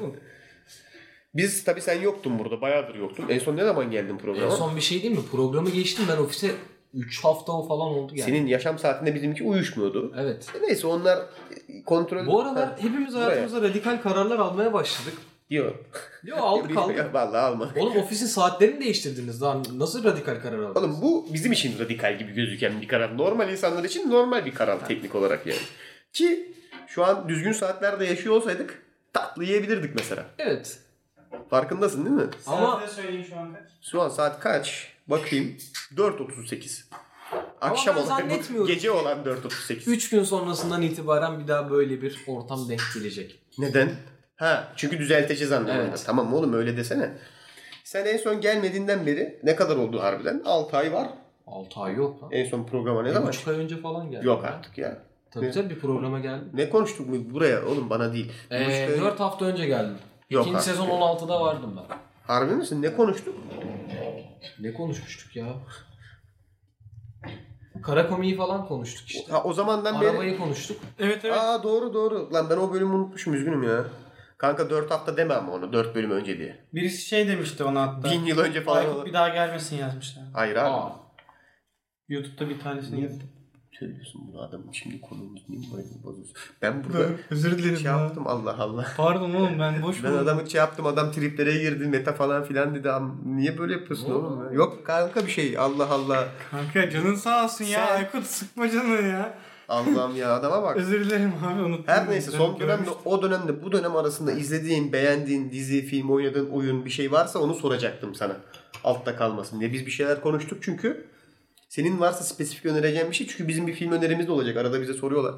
Biz tabii, sen yoktun burada. Bayağıdır yoktun. En son ne zaman geldin En programa? son bir şey değil mi? Programı geçtim ben ofise üç hafta o falan oldu yani. Senin yaşam saatinde bizimki uyuşmuyordu. Evet. E Neyse, onlar kontrol... Bu aralar Ha, hepimiz buraya. hayatımızda radikal kararlar almaya başladık. Yok. Yo aldık aldık. Vallahi alma. Oğlum ofisin saatlerini değiştirdiniz. Daha nasıl radikal karar aldınız? Oğlum bu bizim için radikal gibi gözüken bir karar. Normal insanlar için normal bir karar teknik olarak yani. Ki şu an düzgün saatlerde yaşıyor olsaydık tatlı yiyebilirdik mesela. Evet. Farkındasın değil mi? Ama- Ama... söyleyin şu an kaç? Şu an saat kaç? Bakayım. dört otuz sekiz. Akşam ben olan, zannetmiyorum gece ki- olan dört otuz sekiz. üç gün sonrasından itibaren bir daha böyle bir ortam denk gelecek. Neden? Ha, çünkü düzelteceğiz anlamında. Evet. Tamam oğlum, öyle desene. Sen en son gelmediğinden beri ne kadar oldu harbiden? altı ay var. altı ay yok lan. En son programa ne Bir zaman? buçuk ay önce falan geldi. Yok artık ya. Tabii Ne? tabii bir programa geldim. Ne konuştuk mu buraya oğlum, bana değil. Bir buçuk Ee, ay- dört hafta önce geldim. Yok İkinci artık sezon ya. on altıda vardım ben. Harbi misin? Ne konuştuk? Ne konuşmuştuk ya? Kara komiği falan konuştuk işte. Ha, o zamandan beri... Arabayı konuştuk. Evet evet. Aa doğru doğru. Lan ben o bölümü unutmuşum, üzgünüm ya. Kanka dört hafta deme ama onu, dört bölüm önce diye. Birisi şey demişti ona hatta. Bin yıl önce falan. Aykut bir daha gelmesin yazmışlar. Hayır abi. Aa. YouTube'da bir tanesini Niye yazdım. söylüyorsun bunu adamın şimdi konumuz niye moralini bozuyorsun? Ben burada Özür dilerim şey ya. yaptım, Allah Allah. Pardon oğlum ben boş Ben buldum. adamı şey yaptım, adam triplere girdi, meta falan filan dedi. Am- Niye böyle yapıyorsun Ne oğlum oldu? ya? Yok kanka bir şey, Allah Allah. Kanka canın sağ olsun ya. Sen- Aykut sıkma canını ya. Allah'ım ya, adama bak. Özür dilerim abi unuttum. Her neyse Ben son dönemde, görmüştüm. o dönemde bu dönem arasında izlediğin, beğendiğin dizi, film, oynadığın oyun bir şey varsa onu soracaktım sana. Altta kalmasın diye. Biz bir şeyler konuştuk çünkü. Senin varsa spesifik önereceğin bir şey, çünkü bizim bir film önerimiz de olacak. Arada bize soruyorlar.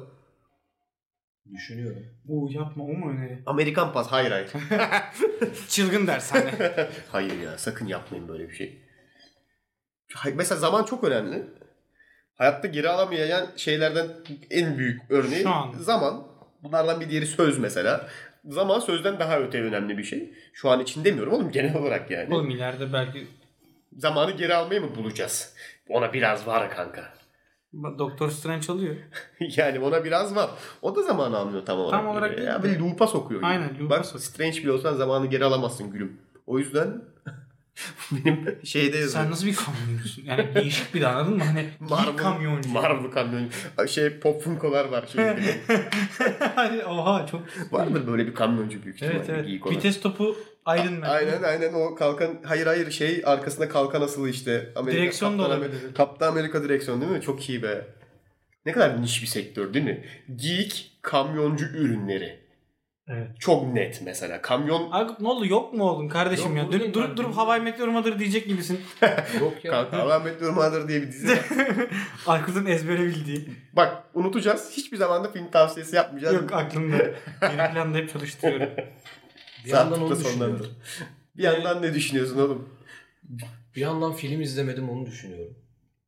Düşünüyorum. Oo yapma o mu öneri? Amerikan Pas, hayır hayır. Çılgın dershane. Hayır ya, sakın yapmayın böyle bir şey. Hayır, mesela zaman çok önemli. Hayatta geri alamayacağın şeylerden en büyük örneği Şu an. zaman. Bunlardan bir diğeri söz mesela. Zaman sözden daha öte önemli bir şey. Şu an için demiyorum oğlum, genel olarak yani. Oğlum ileride belki Zamanı geri almayı mı bulacağız? Ona biraz var kanka. Doktor Strange oluyor. Yani ona biraz var. O da zamanı almıyor tam olarak. Tam olarak böyle. değil Ya de. bir loop'a sokuyor. gibi. Aynen, loop'a Bak sokuyor. Strange bile olsan zamanı geri alamazsın gülüm. O yüzden benim şeyde yazıyor. Sen nasıl bir kamyoncusun? Yani değişik bir de, anladın mı? Hani bir kamyoncu. Marvel kamyoncu. Şey pop funkolar var şeyde. Hani oha çok. Vardır böyle bir kamyoncu büyük ihtimalle. Evet evet. Geek olan. Vites topu Iron Man. Aynen aynen o kalkan, hayır hayır şey arkasında kalkan asılı işte. Amerika, Direksiyon da Kaptan olabilir. Amerika- Kaptan Amerika direksiyon değil mi? Çok iyi be. Ne kadar niş bir sektör değil mi? Geek kamyoncu ürünleri. Evet. Çok net mesela. Kamyon Aykut ne oldu, yok mu oldun kardeşim Yok, ya? buradayım Dönüp durup ben, durup bilmiyorum. Hawaii Meteor Mother diyecek gibisin. Yok ya. kanka Allah Meteor Mother diye bir dizi var. Aykut'un ezbere bildiği. Bak unutacağız. Hiçbir zaman da film tavsiyesi yapmayacağız. Yok aklımda. Geri planda hep çalıştırıyorum. Bir yandan Saatlikte onu sonlandır. düşünüyorum. Bir yandan ne düşünüyorsun oğlum? Bir yandan film izlemedim, onu düşünüyorum.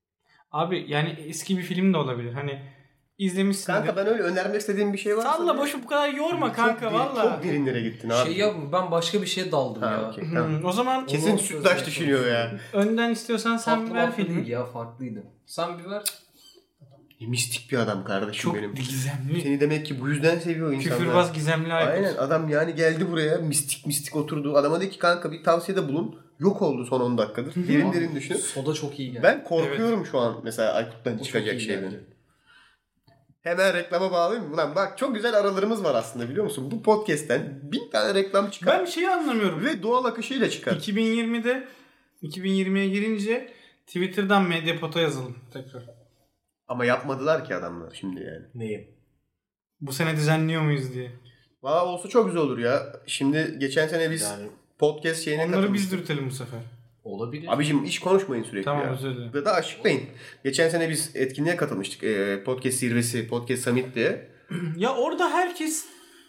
Abi yani eski bir film de olabilir. Hani izlemişsin. Kanka ben öyle önermek istediğim bir şey varsa... Salla boşu bu kadar yorma kanka Çok, valla. çok derinlere gittin abi. Şey yapma, ben başka bir şeye daldım Ha, ya. okey, tamam. Hmm, o zaman Kesin Onu sütlaç çözmeye düşünüyor ya. önden istiyorsan sen Farklı bir ver farklı filmi. değil ya, farklıydı. Sen bir ver. Mistik bir adam kardeşim Çok benim. gizemli. Seni demek ki bu yüzden seviyor insanlar. Küfürbaz gizemli Aykut. Aynen, adam yani geldi buraya mistik mistik oturdu. Adama dedi ki kanka bir tavsiyede bulun. Yok oldu son on dakikadır. Derin derin düşün. Soda çok iyi geldi. Ben korkuyorum şu an mesela Aykut'tan O çok çıkacak iyi şeyden. geldi. Hemen reklama bağlayayım mı? Ulan bak çok güzel aralarımız var aslında, biliyor musun? Bu podcast'ten bin tane reklam çıkar. Ben bir şeyi anlamıyorum. Ve doğal akışıyla çıkar. iki bin yirmide iki bin yirmiye girince Twitter'dan Mediapod'a yazıldım tekrar. Ama yapmadılar ki adamlar şimdi yani. Neyim? Bu sene düzenliyor muyuz diye. Valla olsa çok güzel olur ya. Şimdi geçen sene biz Yani podcast şeyine Onları biz katılmıştık. dürtelim bu sefer. olabilir. Abicim iş konuşmayın sürekli Tamam ya. özür dilerim. Ya da açıklayın. Geçen sene biz etkinliğe katılmıştık. Ee, podcast zirvesi, podcast summit diye. Ya orada herkes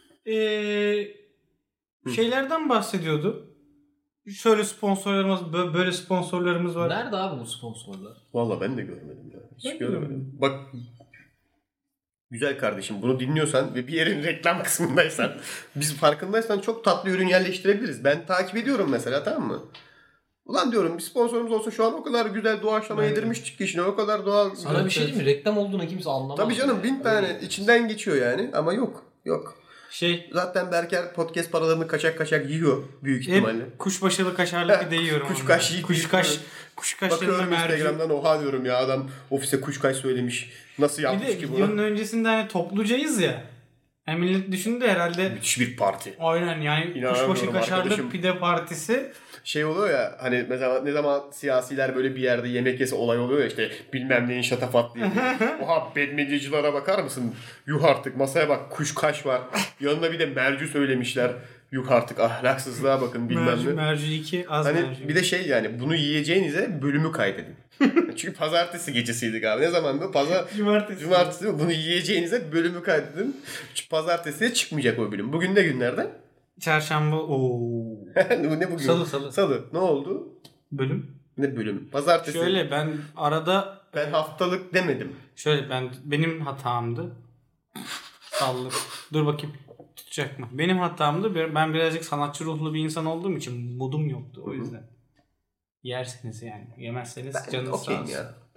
eee, şeylerden bahsediyordu. Şöyle sponsorlarımız, bö- böyle sponsorlarımız var. Nerede abi bu sponsorlar? Valla ben de görmedim ya. Hiç Ben de görmedim. görmedim. Bak güzel kardeşim, bunu dinliyorsan ve bir yerin reklam kısmındaysan, biz farkındaysan çok tatlı ürün yerleştirebiliriz. Ben takip ediyorum mesela, tamam mı? Ulan diyorum bir sponsorumuz olsa şu an o kadar güzel doğaçlama Aynen. yedirmiştik ki işine, o kadar doğal. Sana bir şey diyeyim mi? Reklam olduğunu kimse anlamaz. Tabii canım, yani. bin tane Öyle. içinden geçiyor yani ama yok. Yok. Şey, Zaten Berker podcast paralarını kaçak kaçak yiyor büyük ihtimalle. hep kuşbaşılı kaşarlı pide yiyorum. Kuşkaş ondan. yiyip Kuşkaş, yiyorum. kuşkaşlarına Bakıyorum merci. Instagram'dan, oha diyorum ya, adam ofise kuşkaş söylemiş. Nasıl Bir yapmış de ki videonun bunu? öncesinde hani toplucayız ya. Yani millet düşündü herhalde. Müthiş bir parti. Aynen yani İnanamıyorum kuşbaşı kaşarlı arkadaşım. pide partisi. Şey oluyor ya hani mesela ne zaman siyasiler böyle bir yerde yemek yese olay oluyor ya, işte bilmem neyin şatafatlı yedi. Oha bedmedyacılara bakar mısın? Yuh artık, masaya bak, kuşkaş var. Yanına bir de mercü söylemişler. Yuh artık, ahlaksızlığa bakın bilmem Merci, ne. merci iki, az Hani merci. bir de şey yani, bunu yiyeceğinize bölümü kaydedin. Çünkü pazartesi gecesiydik abi. Ne zamandı? Pazar Cumartesi. Cumartesi, bunu yiyeceğinize bölümü kaydedin. Çünkü pazartesiye çıkmayacak o bölüm. Bugün ne günlerden? Çarşamba. Oo. Ne bugün? Salı, salı. Salı. Ne oldu? Bölüm. Ne bölüm? Pazartesi. Şöyle ben arada Ben haftalık demedim. şöyle ben benim hatamdı. Sallı. Dur bakayım tutacak mı? Benim hatamdı. Ben birazcık sanatçı ruhlu bir insan olduğum için modum yoktu o yüzden. Yerseniz yani. Yemezseniz Ben canınız sağ okeyim olsun. ya.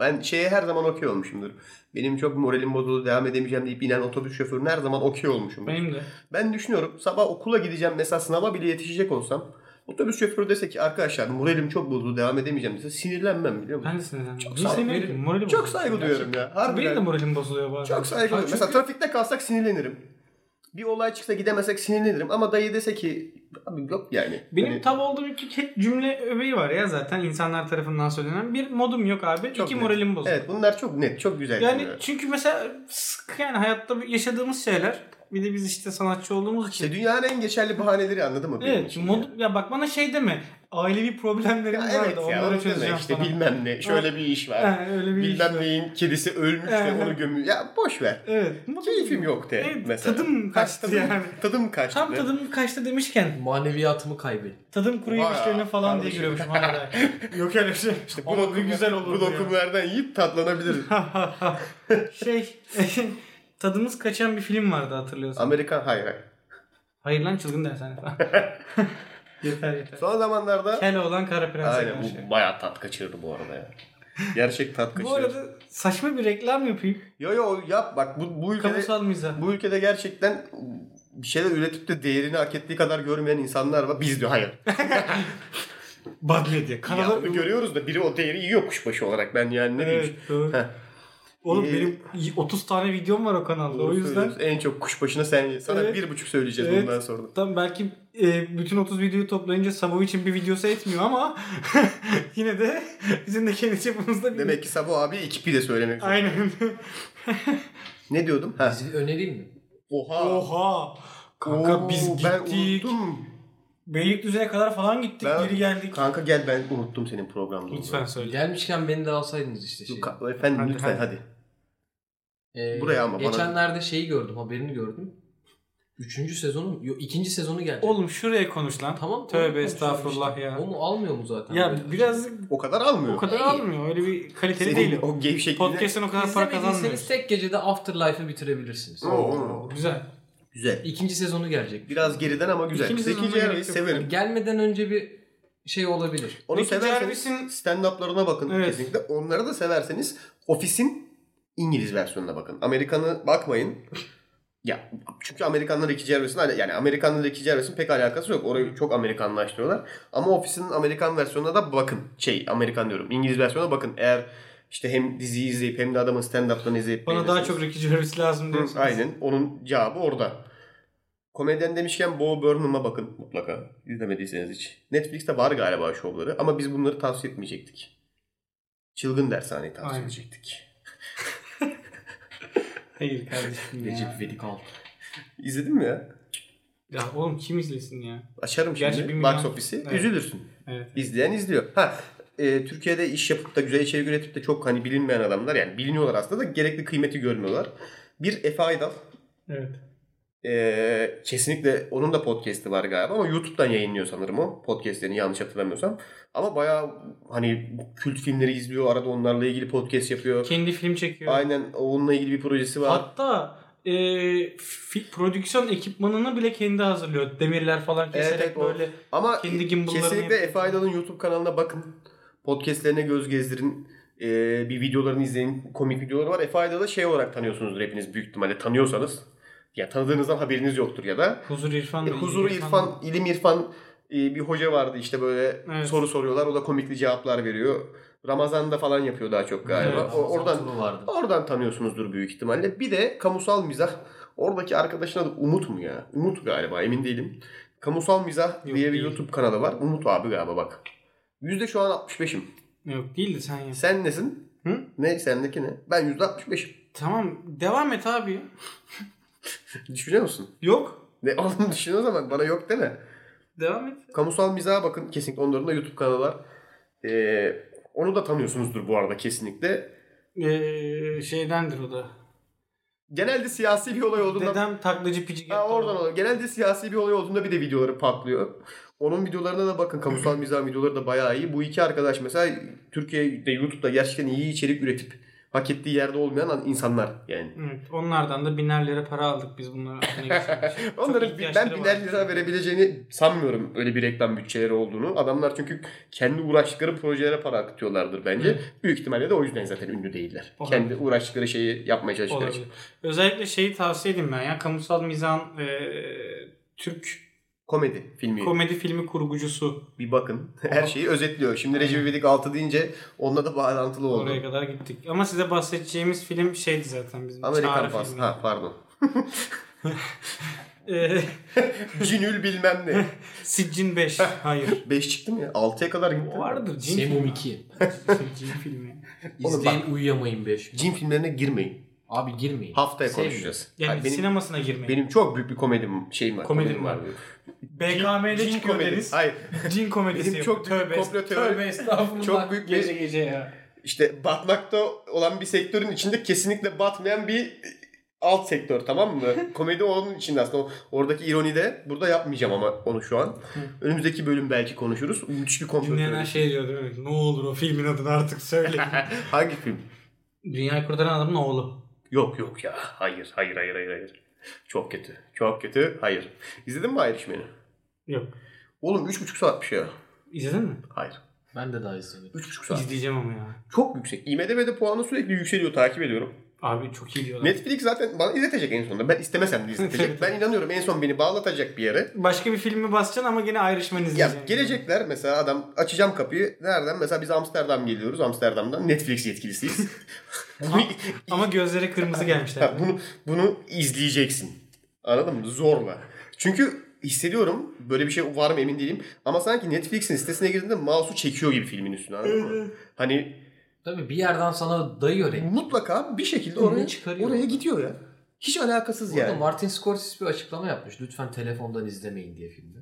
Ben şeye her zaman okey olmuşumdur. Benim çok moralim bozuldu, devam edemeyeceğim deyip inen otobüs şoförüne her zaman okey olmuşumdur. Benim de. Ben düşünüyorum sabah okula gideceğim mesela sınava bile yetişecek olsam otobüs şoförü dese ki arkadaşlar moralim çok bozuldu devam edemeyeceğim dese sinirlenmem biliyor musun? Ben de sinirlendim. Çok Niye saygı- sinirlendim? Moralim Çok bozuluyor. saygı duyuyorum ya. Harbiden. Benim de moralim bozuluyor bazen. Çok saygı Abi duyuyorum. çünkü- Mesela trafikte kalsak sinirlenirim. Bir olay çıksa gidemesek sinirlenirim. Ama dayı dese ki abi yok yani. Benim Hani tav olduğum iki cümle öbeği var ya zaten insanlar tarafından söylenen. Bir modum yok abi. çok iki net. moralim bozuluyor. Evet bunlar çok net, çok güzel. Yani cümleler. çünkü mesela sık yani hayatta yaşadığımız şeyler. Bir de biz işte sanatçı olduğumuz için. İşte dünyanın en geçerli bahaneleri anladın mı? benim Evet. için Mod, ya? ya bak bana şey deme. Ailevi problemlerim Ya vardı. evet ya Onları onu deme çözeceğim işte falan. bilmem ne şöyle bir iş var. Ha, öyle bir bilmem iş var. neyin kedisi ölmüş de Evet. onu gömüyor. Ya boş ver. Evet. Keyfim yok de Evet, mesela. tadım kaçtı tadım, yani. Tadım kaçtı. Tam de. tadım kaçtı demişken Maneviyatımı kaybettim. tadım kuru Vay yemişlerine falan diye kardeşim. giriyormuşum hala. Yok öyle bir şey. İşte Ama bu, bir lokum, güzel olur. bu lokumlardan yiyip tatlanabiliriz. Şey tadımız kaçan bir film vardı hatırlıyorsan. Amerikan hayır hayır. Hayır lan çılgın dershane falan. yeter yeter. Son zamanlarda Kel olan Kara Prens'e aynen karşı. bu bayağı tat kaçırdı bu arada ya. Gerçek tat kaçırdı. Bu arada saçma bir reklam yapayım. Yo yo yap bak bu, bu ülkede Kamusal mizah. bu ülkede gerçekten bir şeyler üretip de değerini hak ettiği kadar görmeyen insanlar var. Biz diyor hayır. Bad Media. Ya Kanada... onu görüyoruz da biri o değeri yiyor kuşbaşı olarak. Ben yani ne Evet diyeyim. doğru. Heh. Oğlum Ee, benim otuz tane videom var o kanalda. Doğru O yüzden söylüyorsun. En çok kuşbaşına sen ye. Sana Evet. bir buçuk söyleyeceğiz Evet. bundan sonra. tam belki e, bütün otuz videoyu toplayınca Sabo için bir videosu etmiyor ama yine de bizim de kendi çapımızda bir... Demek ki Sabo abi iki pi de söylemek zorunda. Aynen. Ne diyordum? Ha. Dizi önereyim mi? Oha. Oha. Kanka Oo, biz ben gittik. unuttum. Beylikdüzü'ne kadar falan gittik. Ben- Geri geldik. Kanka gel ben unuttum senin programda. Lütfen söyle. Gelmişken beni de alsaydınız işte şey. Ka- Efendim Hadi, lütfen hadi. hadi. Ee, Buraya ama bana- Geçenlerde şeyi gördüm, haberini gördüm. Üçüncü sezonu, yok ikinci sezonu gelecek. Oğlum şuraya konuş lan. Tamam. Tövbe onu konuşalım estağfurullah işte. ya. O mu almıyor mu zaten? Ya böyle? biraz O kadar almıyor. o kadar İyi. almıyor. Öyle bir kaliteli Senin değil. o gevşekliğine... Podcast'ten o kadar para İzlemediyseniz kazanmıyoruz. tek gecede Afterlife'ı bitirebilirsiniz. Oo. Güzel. Güzel. İkinci sezonu gelecek. Biraz geriden ama güzel. İkinci Zeki sezonuna Cerrah'ı gerek yok. severim. Gelmeden önce bir şey olabilir. Onu Ricky severseniz Gervais'in- stand-up'larına bakın Evet. kesinlikle. Onları da severseniz Office'in İngiliz versiyonuna bakın. Amerikan'ı bakmayın. Ya çünkü Amerikanlar Ricky Gervais'in yani Amerikanlar Ricky Gervais'in pek alakası yok. Orayı çok Amerikanlaştırıyorlar. Ama Office'in Amerikan versiyonuna da bakın. Şey Amerikan diyorum. İngiliz versiyonuna bakın. Eğer işte hem diziyi izleyip hem de adamın stand-up'larını izleyip Bana daha beğenirseniz. çok Ricky Gervais lazım Hı, diyorsunuz. aynen. Onun cevabı orada. Komedyen demişken Bo Burnham'a bakın mutlaka. İzlemediyseniz hiç. Netflix'te var galiba şovları ama biz bunları tavsiye etmeyecektik. Çılgın Dershane'yi tavsiye Aynen. edecektik. Hayır kardeşim ya. Recep İvedik al. İzledin mi ya? Ya oğlum kim izlesin ya? Açarım Gerçi şimdi bir milyon- box office'i. Evet. Üzülürsün. Evet. İzleyen izliyor. Ha e, Türkiye'de iş yapıp da güzel içerik üretip de çok hani bilinmeyen adamlar yani biliniyorlar aslında da gerekli kıymeti görmüyorlar. Bir Efe Aydal. Evet. Ee, kesinlikle onun da podcast'i var galiba ama YouTube'dan yayınlıyor sanırım o podcast'lerini yanlış hatırlamıyorsam. Ama bayağı hani kült filmleri izliyor. Arada onlarla ilgili podcast yapıyor. Kendi film çekiyor. Aynen onunla ilgili bir projesi var. Hatta e, fi- prodüksiyon ekipmanını bile kendi hazırlıyor. Demirler falan keserek Evet, evet, o- böyle Ama kendi gimbal'larını kesinlikle yapıyor. Efe Aydal'ın YouTube kanalına bakın. Podcast'lerine göz gezdirin. Ee, bir videolarını izleyin. Komik videoları var. Efe Aydal'ı şey olarak tanıyorsunuzdur hepiniz büyük ihtimalle. Tanıyorsanız. Ya tanıdığınızdan haberiniz yoktur ya da. Huzur İrfan. E, mı? Huzur İrfan, İlim İrfan e, bir hoca vardı işte böyle Evet. soru soruyorlar. O da komikli cevaplar veriyor. Ramazan'da falan yapıyor daha çok galiba. Evet, O- oradan Turu vardı. oradan tanıyorsunuzdur büyük ihtimalle. Bir de kamusal mizah. Oradaki arkadaşın adı Umut mu ya? Umut galiba emin değilim. Kamusal mizah Yok, diye bir değil. YouTube kanalı var. Umut abi galiba bak. Yüzde şu an altmış beşim. Yok değil de sen yap. Sen nesin? Hı? Ne sendeki ne? Ben yüzde altmış beşim. Tamam devam et abi. Düşünüyor musun? Yok. Ne olduğunu düşün o zaman. Bana yok deme. Devam et. Kamusal mizaha bakın. Kesinlikle onların da YouTube kanalı var. Ee, onu da tanıyorsunuzdur bu arada kesinlikle. Ee, şeydendir o da. Genelde siyasi bir olay olduğunda... Dedem taklacı pici Ha, oradan oluyor. Genelde siyasi bir olay olduğunda bir de videoları patlıyor. Onun videolarına da bakın. Kamusal mizah videoları da bayağı iyi. Bu iki arkadaş mesela Türkiye'de YouTube'da gerçekten iyi içerik üretip hak ettiği yerde olmayan insanlar yani. Evet, onlardan da biner lira para aldık biz bunları. Onların ben biner lira verebileceğini sanmıyorum öyle bir reklam bütçeleri olduğunu. Adamlar çünkü kendi uğraştıkları projelere para akıtıyorlardır bence. Hı. Büyük ihtimalle de o yüzden zaten ünlü değiller. Olabilir. Kendi uğraştıkları şeyi yapmaya çalıştıkları için. Özellikle şeyi tavsiye edeyim ben ya. Kamusal Mizahın e, Türk komedi filmi. Komedi filmi kurgucusu. Bir bakın. Her şeyi özetliyor. Şimdi Recep İvedik altı deyince onunla da bağlantılı oldu. Oraya kadar gittik. Ama size bahsedeceğimiz film şeydi zaten bizim. Amerikan Pas. Ha pardon. Cinül bilmem ne. Siccin beş. Hayır. beş çıktı mı ya? altıya kadar gitti. Vardır. Cin Semum iki. Cin filmi. İzleyin uyuyamayın beş. Cin filmlerine girmeyin. Abi girmeyin. Haftaya Sevmiyorum. konuşacağız. Yani Hayır, benim, sinemasına girmeyin. Benim çok büyük bir komedim şeyim var. Komedim var. B K M'de çıkıyor deriz. Hayır. Cin komedisi benim çok büyük bir komplo teori. Tövbe estağfurullah. Çok büyük gece gece ya. İşte batmakta olan bir sektörün içinde kesinlikle batmayan bir alt sektör, tamam mı? Komedi onun içinde aslında. Oradaki ironi de burada yapmayacağım ama onu şu an. Önümüzdeki bölüm belki konuşuruz. Müthiş bir komplo teori. Dinleyenler şey diyor değil mi? Ne olur o filmin adını artık söyleyin. Hangi film? Dünyayı Kurtaran Adamın Oğlu. Yok yok ya. Hayır hayır hayır hayır. hayır. Çok kötü. Çok kötü. Hayır. İzledin mi Irishman'ı? Yok. Oğlum üç buçuk saatmiş ya. İzledin mi? Hayır. Ben de daha izlemedim. üç buçuk saat. İzleyeceğim ama ya. Çok yüksek. IMDb'de puanı sürekli yükseliyor. Takip ediyorum. Abi çok iyi diyorlar. Netflix zaten bana izletecek en sonunda. Ben istemesem de izletecek. Ben inanıyorum en son beni bağlatacak bir yere. Başka bir filmi basacaksın ama yine Irishman izleyeceksin. Ya gelecekler mesela adam açacağım kapıyı. Nereden? Mesela biz Amsterdam geliyoruz. Amsterdam'dan Netflix yetkilisiyiz. ama, ama gözleri kırmızı gelmişler. Ha, bunu bunu izleyeceksin. Anladın mı? Zorla. Çünkü hissediyorum. Böyle bir şey var mı emin değilim. Ama sanki Netflix'in sitesine girdiğinde mouse'u çekiyor gibi filmin üstüne. Anladın mı? Hani tabii bir yerden sana dayıyor renk. Mutlaka bir şekilde oraya, oraya gidiyor ya. Hiç alakasız burada yani. Martin Scorsese bir açıklama yapmış. Lütfen telefondan izlemeyin diye filmi.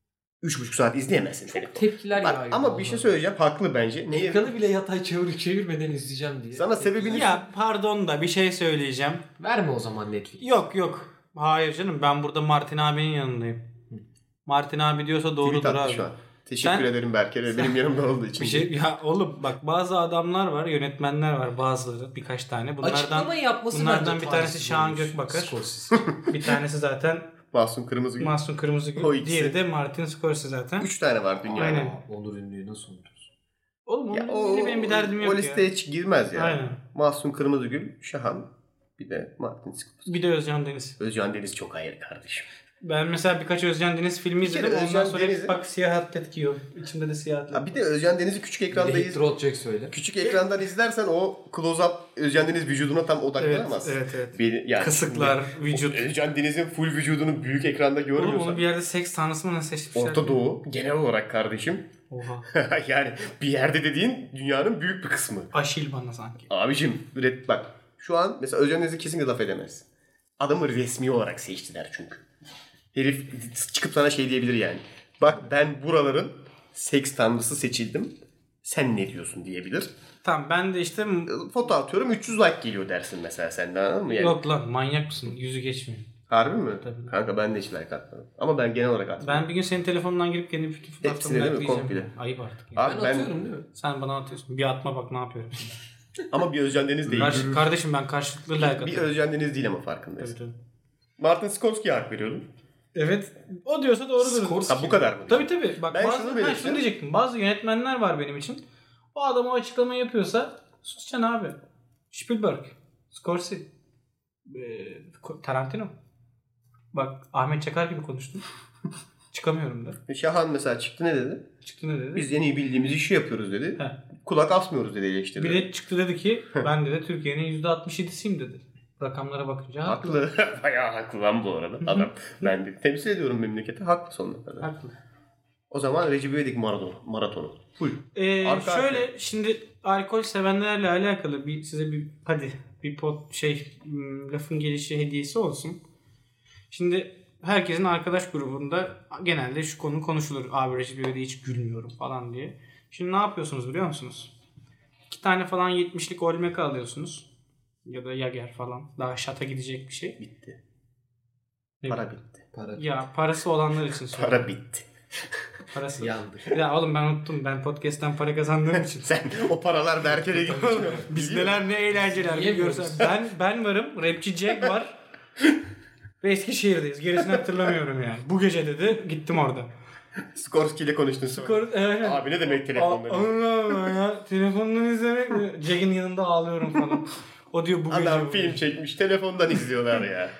Üç buçuk saat izleyemezsin. Çok tepkiler Bak, yağıyor. ama bir şey söyleyeceğim. Haklı bence. Neyi? Ekranı bile yatay çevir çevirmeden izleyeceğim diye. Sana sebebini... Ya pardon da bir şey söyleyeceğim. Verme o zaman Netflix. Yok yok. Hayır canım, ben burada Martin abinin yanındayım. Martin abi diyorsa doğrudur abi. Şu an. Teşekkür Sen, ederim Berker benim yanımda olduğu için. Bir şey ya oğlum bak, bazı adamlar var, yönetmenler var, bazıları birkaç tane. Bunlardan yapması bunlardan bir tanesi Şahan Gökbakır. Bir tanesi zaten Mahsun Kırmızıgül. Mahsun Kırmızıgül. Diğeri de Martin Scorsese zaten. Üç tane var dünyada. Aynen. Onur ünlüyü nasıl unutursun? Oğlum ya, o, benim bir derdim yok o ya. O listeye hiç girmez yani. Aynen. Mahsun Kırmızıgül, Şahan, bir de Martin Scorsese. Bir de Özcan Deniz. Özcan Deniz çok hayır kardeşim. Ben mesela birkaç Özcan Deniz filmi izledim. Ondan Özcan sonra Deniz'i... bak siyah atlet giyiyor. İçimde de siyah atlet. Bir de Özcan Deniz'i küçük ekranda iz... söyle. Küçük ekrandan izlersen o close-up Özcan Deniz vücuduna tam odaklanamaz. Evet, evet, evet. Bir, yani kısıklar, vücut. Özcan Deniz'in full vücudunu büyük ekranda görmüyorsan. Oğlum onu bir yerde seks tanrısı mı ne seçmişler? Orta Doğu genel olarak kardeşim. Oha. Yani bir yerde dediğin dünyanın büyük bir kısmı. Aşil bana sanki. Abicim bak şu an mesela Özcan Deniz'i kesinlikle laf edemez. Adamı resmi olarak seçtiler çünkü. Herif çıkıp sana şey diyebilir yani. Bak ben buraların seks tanrısı seçildim. Sen ne diyorsun diyebilir. Tamam ben de işte... Foto atıyorum üç yüz like geliyor dersin mesela senden, anladın mı? Yani... Yok lan manyak mısın? Yüzü geçmiyor. Harbi mi? Tabii. Kanka ben de hiç like atmadım. Ama ben genel olarak atmadım. Ben bir gün senin telefonundan girip kendi bütün fotoğraflarımı like'layacağım. Ayıp artık. Yani. Abi ben, ben atıyorum değil mi? Sen bana atıyorsun. Bir atma bak ne yapıyorum. Ama bir Özcan Deniz değil. Karşı, kardeşim ben karşılıklı like atıyorum. Bir Özcan Deniz değil ama farkındayız. Tabii, tabii. Martin Scorsese'ye hak veriyordum. Evet. O diyorsa doğrudur. Ha, bu kadar mı? Tabii tabii. Bak ben bazı, şunu, ha, şunu diyecektim. Bazı yönetmenler var benim için. O adam o açıklamayı yapıyorsa susacaksın abi. Spielberg, Scorsese, Tarantino. Bak Ahmet Çakar gibi konuştum. Çıkamıyorum da. Şahan mesela çıktı ne dedi? Çıktı ne dedi? Biz en iyi bildiğimiz işi yapıyoruz dedi. He. Kulak asmıyoruz dedi eleştirdi. Bir de çıktı dedi ki ben de Türkiye'nin yüzde altmış yedisiyim dedi. Rakamlara bakınca haklı. Haklı. Bayağı haklı lan bu arada adam. Ben de temsil ediyorum memleketi. Haklı sonuna kadar. Haklı. O zaman Recep İvedik maratonu. maratonu. Full. Ee, şöyle arka. Şimdi alkol sevenlerle alakalı bir size bir hadi bir pot şey lafın gelişi hediyesi olsun. Şimdi herkesin arkadaş grubunda genelde şu konu konuşulur. Abi Recep İvedik'e hiç gülmüyorum falan diye. Şimdi ne yapıyorsunuz biliyor musunuz? İki tane falan yetmişlik Olmeca alıyorsunuz. Ya da Yager falan. Daha şata gidecek bir şey. Bitti. Ne Para bitti? bitti. Para ya parası olanlar için söylüyorum. Para bitti. Parası. Yandık. Ya oğlum ben unuttum. Ben podcast'ten para kazandığım için. Sen o paralar Berker'e gidiyor. Biz neler ne eğlenceler bir Yiyemiyoruz. görsen. Ben ben varım. Rapçi Jack var. Ve Eskişehir'deyiz. Gerisini hatırlamıyorum yani. Bu gece dedi. Gittim orada. Skorsky ile konuştun sonra. Skor, evet. Abi ne demek telefonda? Allah Allah ya. Telefondan izlemek mi? Jack'in yanında ağlıyorum falan. O diyor bu gece. Adam film çekmiş telefondan izliyorlar ya.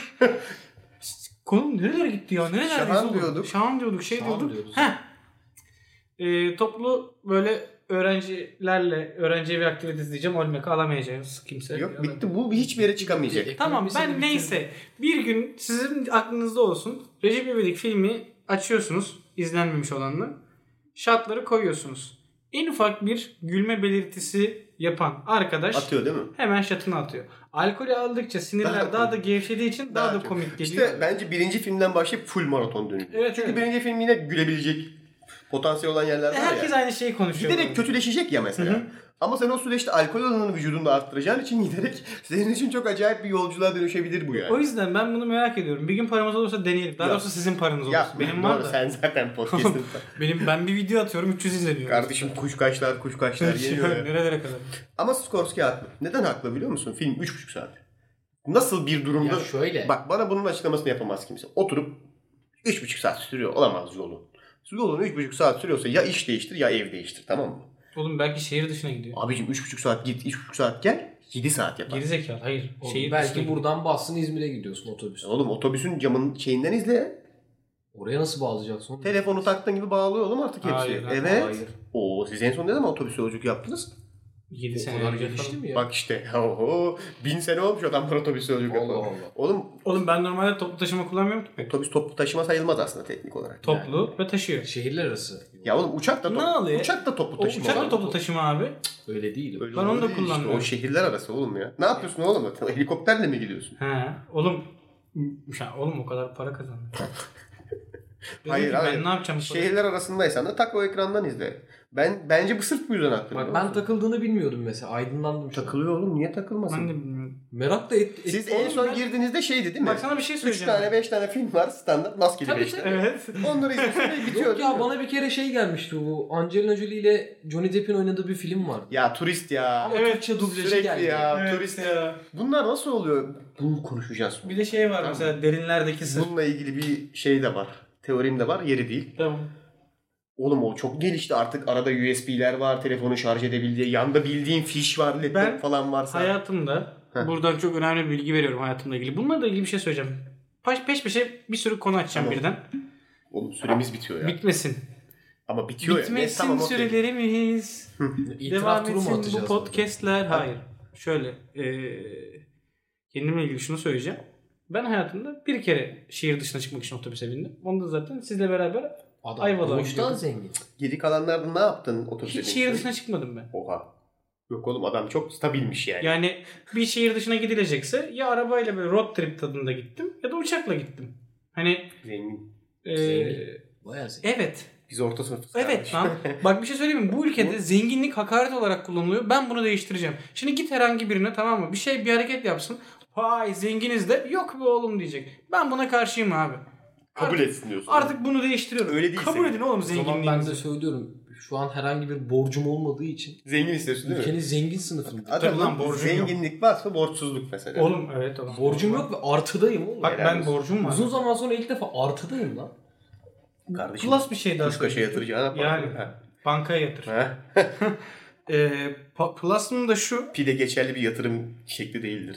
Konu nerelere gitti ya? Nerelerdeyiz Şahan oğlum? diyorduk. Şahan diyorduk. Şey Şahan diyorduk. diyoruz. Heh. Ee, toplu böyle öğrencilerle öğrenci evi aktivitesi diyeceğim. Olmak alamayacağız kimse. Yok bitti bu hiçbir yere çıkamayacak. Tamam Ekonomisini ben bitirdim. neyse bir gün sizin aklınızda olsun. Recep İvedik filmi açıyorsunuz. İzlenmemiş olanla. Şartları koyuyorsunuz. En ufak bir gülme belirtisi yapan arkadaş Atıyor değil mi? hemen şatını atıyor. Alkolü aldıkça sinirler Daha daha, komik. da gevşediği için daha, da çok. komik geliyor. İşte bence birinci filmden başlayıp full maraton dönüyor. Evet, Çünkü evet. birinci film yine gülebilecek potansiyel olan yerler var Herkes ya. aynı şeyi konuşuyor. Giderek kötüleşecek ya mesela. Hı hı. Ama sen o süreçte alkol oranını vücudunda arttıracağın için giderek senin için çok acayip bir yolculuğa dönüşebilir bu yani. O yüzden ben bunu merak ediyorum. Bir gün paramız olursa deneyelim. Daha Ya. doğrusu sizin paranız olursa. Ya Benim doğru, var da. sen zaten podcast'ın. Benim ben bir video atıyorum üç yüz izleniyor. Kardeşim kuş kaşlar kuş kaşlar geliyor ya. Nerelere kadar? Ama Skorsky haklı. Neden haklı biliyor musun? Film üç buçuk saat. Nasıl bir durumda... Ya şöyle. Bak bana bunun açıklamasını yapamaz kimse. Oturup üç buçuk saat sürüyor. Olamaz yolun. Yolun üç buçuk saat sürüyorsa ya iş değiştir ya ev değiştir, tamam mı? Oğlum belki şehir dışına gidiyor. Abicim üç buçuk saat git, üç buçuk saat gel, yedi saat yapar. Geri zekalı. Hayır. Oğlum, Şehir belki dışına buradan bassın İzmir'e gidiyorsun otobüs. Oğlum otobüsün camının şeyinden izle. Oraya nasıl bağlayacaksın? oğlum? Telefonu taktığın gibi bağlıyor oğlum artık hepsi. Hayır, evet. Hayır. Oo, siz en son ne zaman otobüs yolculuk yaptınız? yedi O sene kadar önce gelişti falan. mi ya? Bak işte. Oho, bin sene olmuş adamlar otobüs yolculuk Allah yapıyor. Allah. Oğlum Oğlum ben normalde toplu taşıma kullanmıyorum ki pek. otobüs toplu taşıma sayılmaz aslında teknik olarak. Toplu ve taşıyor. Şehirler arası. Ya oğlum uçak da Ne toplu, alıyor? uçak da toplu O taşıma. uçak da olan. toplu taşıma abi. Öyle değil. Öyle Ben onu da değil işte. kullanmıyorum. O şehirler arası oğlum ya. Ne yapıyorsun oğlum? Helikopterle mi gidiyorsun? He. Oğlum ya oğlum o kadar para kazandım. Hayır, Dedim ki, hayır. Ben ne yapacağım bu parayı? Şehirler arasındaysan da tak o ekrandan izle. Ben bence bu sırf bu yüzden haklı. Bak biliyor ben musun? takıldığını bilmiyordum mesela. Aydınlandım. şu an. Takılıyor oğlum, niye takılmasın? Ben de bilmiyorum. Merak da et. Siz et- en Oğlum son ben- girdiğinizde şeydi değil mi? Bak sana bir şey üç söyleyeceğim. tane beş tane film var standart maskeli Tabii, beş tabii. tane. Evet. Onları izliyorsun ve bitiyor Yok değil ya mi? bana bir kere şey gelmişti bu. Angelina Jolie ile Johnny Depp'in oynadığı bir film vardı. Ya turist ya. Ama Evet, Türkçe dublajı Sürekli geldi. ya. Evet turist. ya. Bunlar nasıl oluyor? Bunu konuşacağız. Bir de şey var mesela derinlerdeki sır. Bununla ilgili bir şey de var. Teorim de var. Yeri değil. Tamam. Oğlum o çok gelişti artık. Arada U S B'ler var. Telefonu şarj edebildiği. Yanda bildiğin fiş var. Laptop Ben falan varsa. Hayatımda Heh. buradan çok önemli bir bilgi veriyorum hayatımla ilgili. Bununla da ilgili bir şey söyleyeceğim. Peş peş peşe bir sürü konu açacağım Tamam. birden. Oğlum süremiz bitiyor ya. Bitmesin. Ama bitiyor ya. Bitmesin Ne, tamam, okey. sürelerimiz. İtiraf Devam turu mu etsin bu atacağız? podcastler. Hayır. Şöyle. Eee kendimle ilgili şunu söyleyeceğim. Ben hayatımda bir kere şehir dışına çıkmak için otobüse bindim. Onu da zaten sizle beraber Adam Ayvalık'a doğuştan gidiyorum. zengin. Geri kalanlarda ne yaptın otobüse hiç binip? şehir dışına çıkmadım ben. Oha. Yok oğlum adam çok stabilmiş yani. Yani bir şehir dışına gidilecekse ya arabayla böyle road trip tadında gittim ya da uçakla gittim. Hani Zengin. eee, Zengin. Bayağı zengin. evet. Biz orta sınıfız Evet kardeşim. lan. Bak bir şey söyleyeyim mi? Bu ülkede zenginlik hakaret olarak kullanılıyor. Ben bunu değiştireceğim. Şimdi git herhangi birine, tamam mı? Bir şey bir hareket yapsın. Vay zenginiz de yok be oğlum diyecek. Ben buna karşıyım abi. Kabul Artık- etsin diyorsun. Artık bunu değiştiriyorum. Öyle değil Kabul senin. edin oğlum O zaman ben de zenginliğinizi. söylüyorum. Şu an herhangi bir borcum olmadığı için Zengin istiyorsun değil mi? ülkenin zengin sınıfında. Zaten Tabii lan, lan borcun zenginlik varsa borçsuzluk mesela. Oğlum evet oğlum. Borcum yok ve artıdayım oğlum. Bak Helal ben olsun. borcum var. Uzun zaman sonra ilk defa artıdayım lan. Kardeşim. Plus bir şey daha Kuş kaşa söyleyeyim. yatıracağına para. Yani. Ha. Bankaya yatır. Ha. Ee, pa- Plus'ın da şu. Pide geçerli bir yatırım şekli değildir.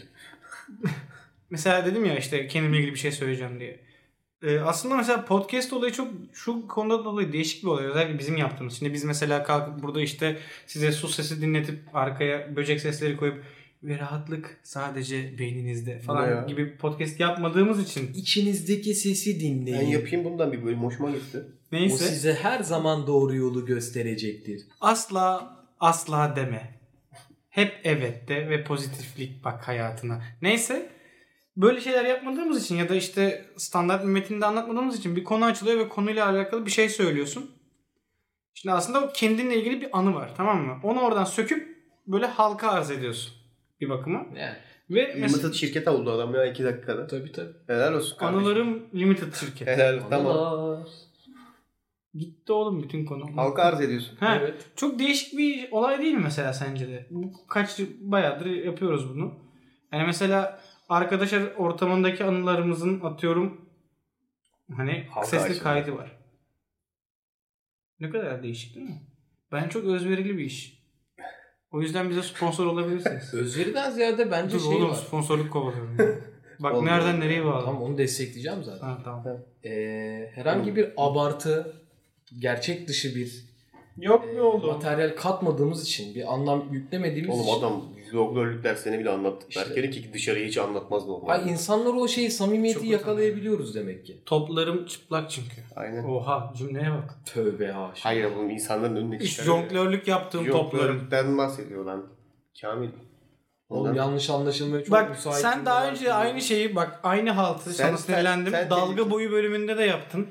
Mesela dedim ya işte kendimle ilgili bir şey söyleyeceğim diye. Ee, aslında mesela podcast olayı çok şu konuda dolayı değişik bir olay. Özellikle bizim yaptığımız. Şimdi biz mesela kalkıp burada işte size su sesi dinletip arkaya böcek sesleri koyup ve rahatlık sadece beyninizde Ne ya? falan gibi podcast yapmadığımız için. İçinizdeki sesi dinleyin. Ben yapayım bundan bir bölüm hoşuma gitti. O Neyse size her zaman doğru yolu gösterecektir. asla asla deme. Hep evet de ve pozitiflik bak hayatına. Neyse böyle şeyler yapmadığımız için ya da işte standart bir metinde anlatmadığımız için bir konu açılıyor ve konuyla alakalı bir şey söylüyorsun. Şimdi aslında o kendinle ilgili bir anı var, tamam mı? Onu oradan söküp böyle halka arz ediyorsun bir bakıma. Yani. Ve mesela Limited şirkete oldu adam ya iki dakikada. Tabii tabii. Helal olsun kardeşim. Anılarım Limited şirket. Helal olsun. Tamam. Anılar. Gitti oğlum bütün konu. Halka arz ediyorsun. Ha, Evet. çok değişik bir olay değil mi mesela sence de? Bu kaç bayağıdır yapıyoruz bunu. Yani mesela arkadaşlar ortamındaki anılarımızın atıyorum hani Halka sesli açılıyor. kaydı var. Ne kadar değişik değil mi? Ben çok özverili bir iş. O yüzden bize sponsor olabilirsiniz. Özveriden ziyade bence Dur şey oğlum var. sponsorluk kovalıyorum. Bak Oldu. nereden nereye bağlı. Tamam, onu destekleyeceğim zaten. Tamam tamam. Ee, herhangi bir abartı, gerçek dışı bir Yok e, mu oldu? materyal katmadığımız için, bir anlam yüklemediğimiz Oğlum için. adam Zoglerlük derslerini bile anlattı. İşte. Berker'in ki dışarıya hiç anlatmaz normalde. Ay, insanlar o şeyi, samimiyeti Çok yakalayabiliyoruz demek ki. Toplarım çıplak çünkü. Aynen. Oha cümleye bak. Tövbe haşa. Hayır oğlum insanların önüne İş çıkarıyor. jonglörlük yaptığım toplarım. Jonglörlükten bahsediyor lan. Kamil. Oğlum Ondan- yanlış anlaşılmaya çok Bak müsait. sen daha cümleler önce kullanıyorsun. aynı şeyi bak aynı haltı Sen- sana sen- sinirlendim. sen Dalga tehlikeli. boyu bölümünde de yaptın.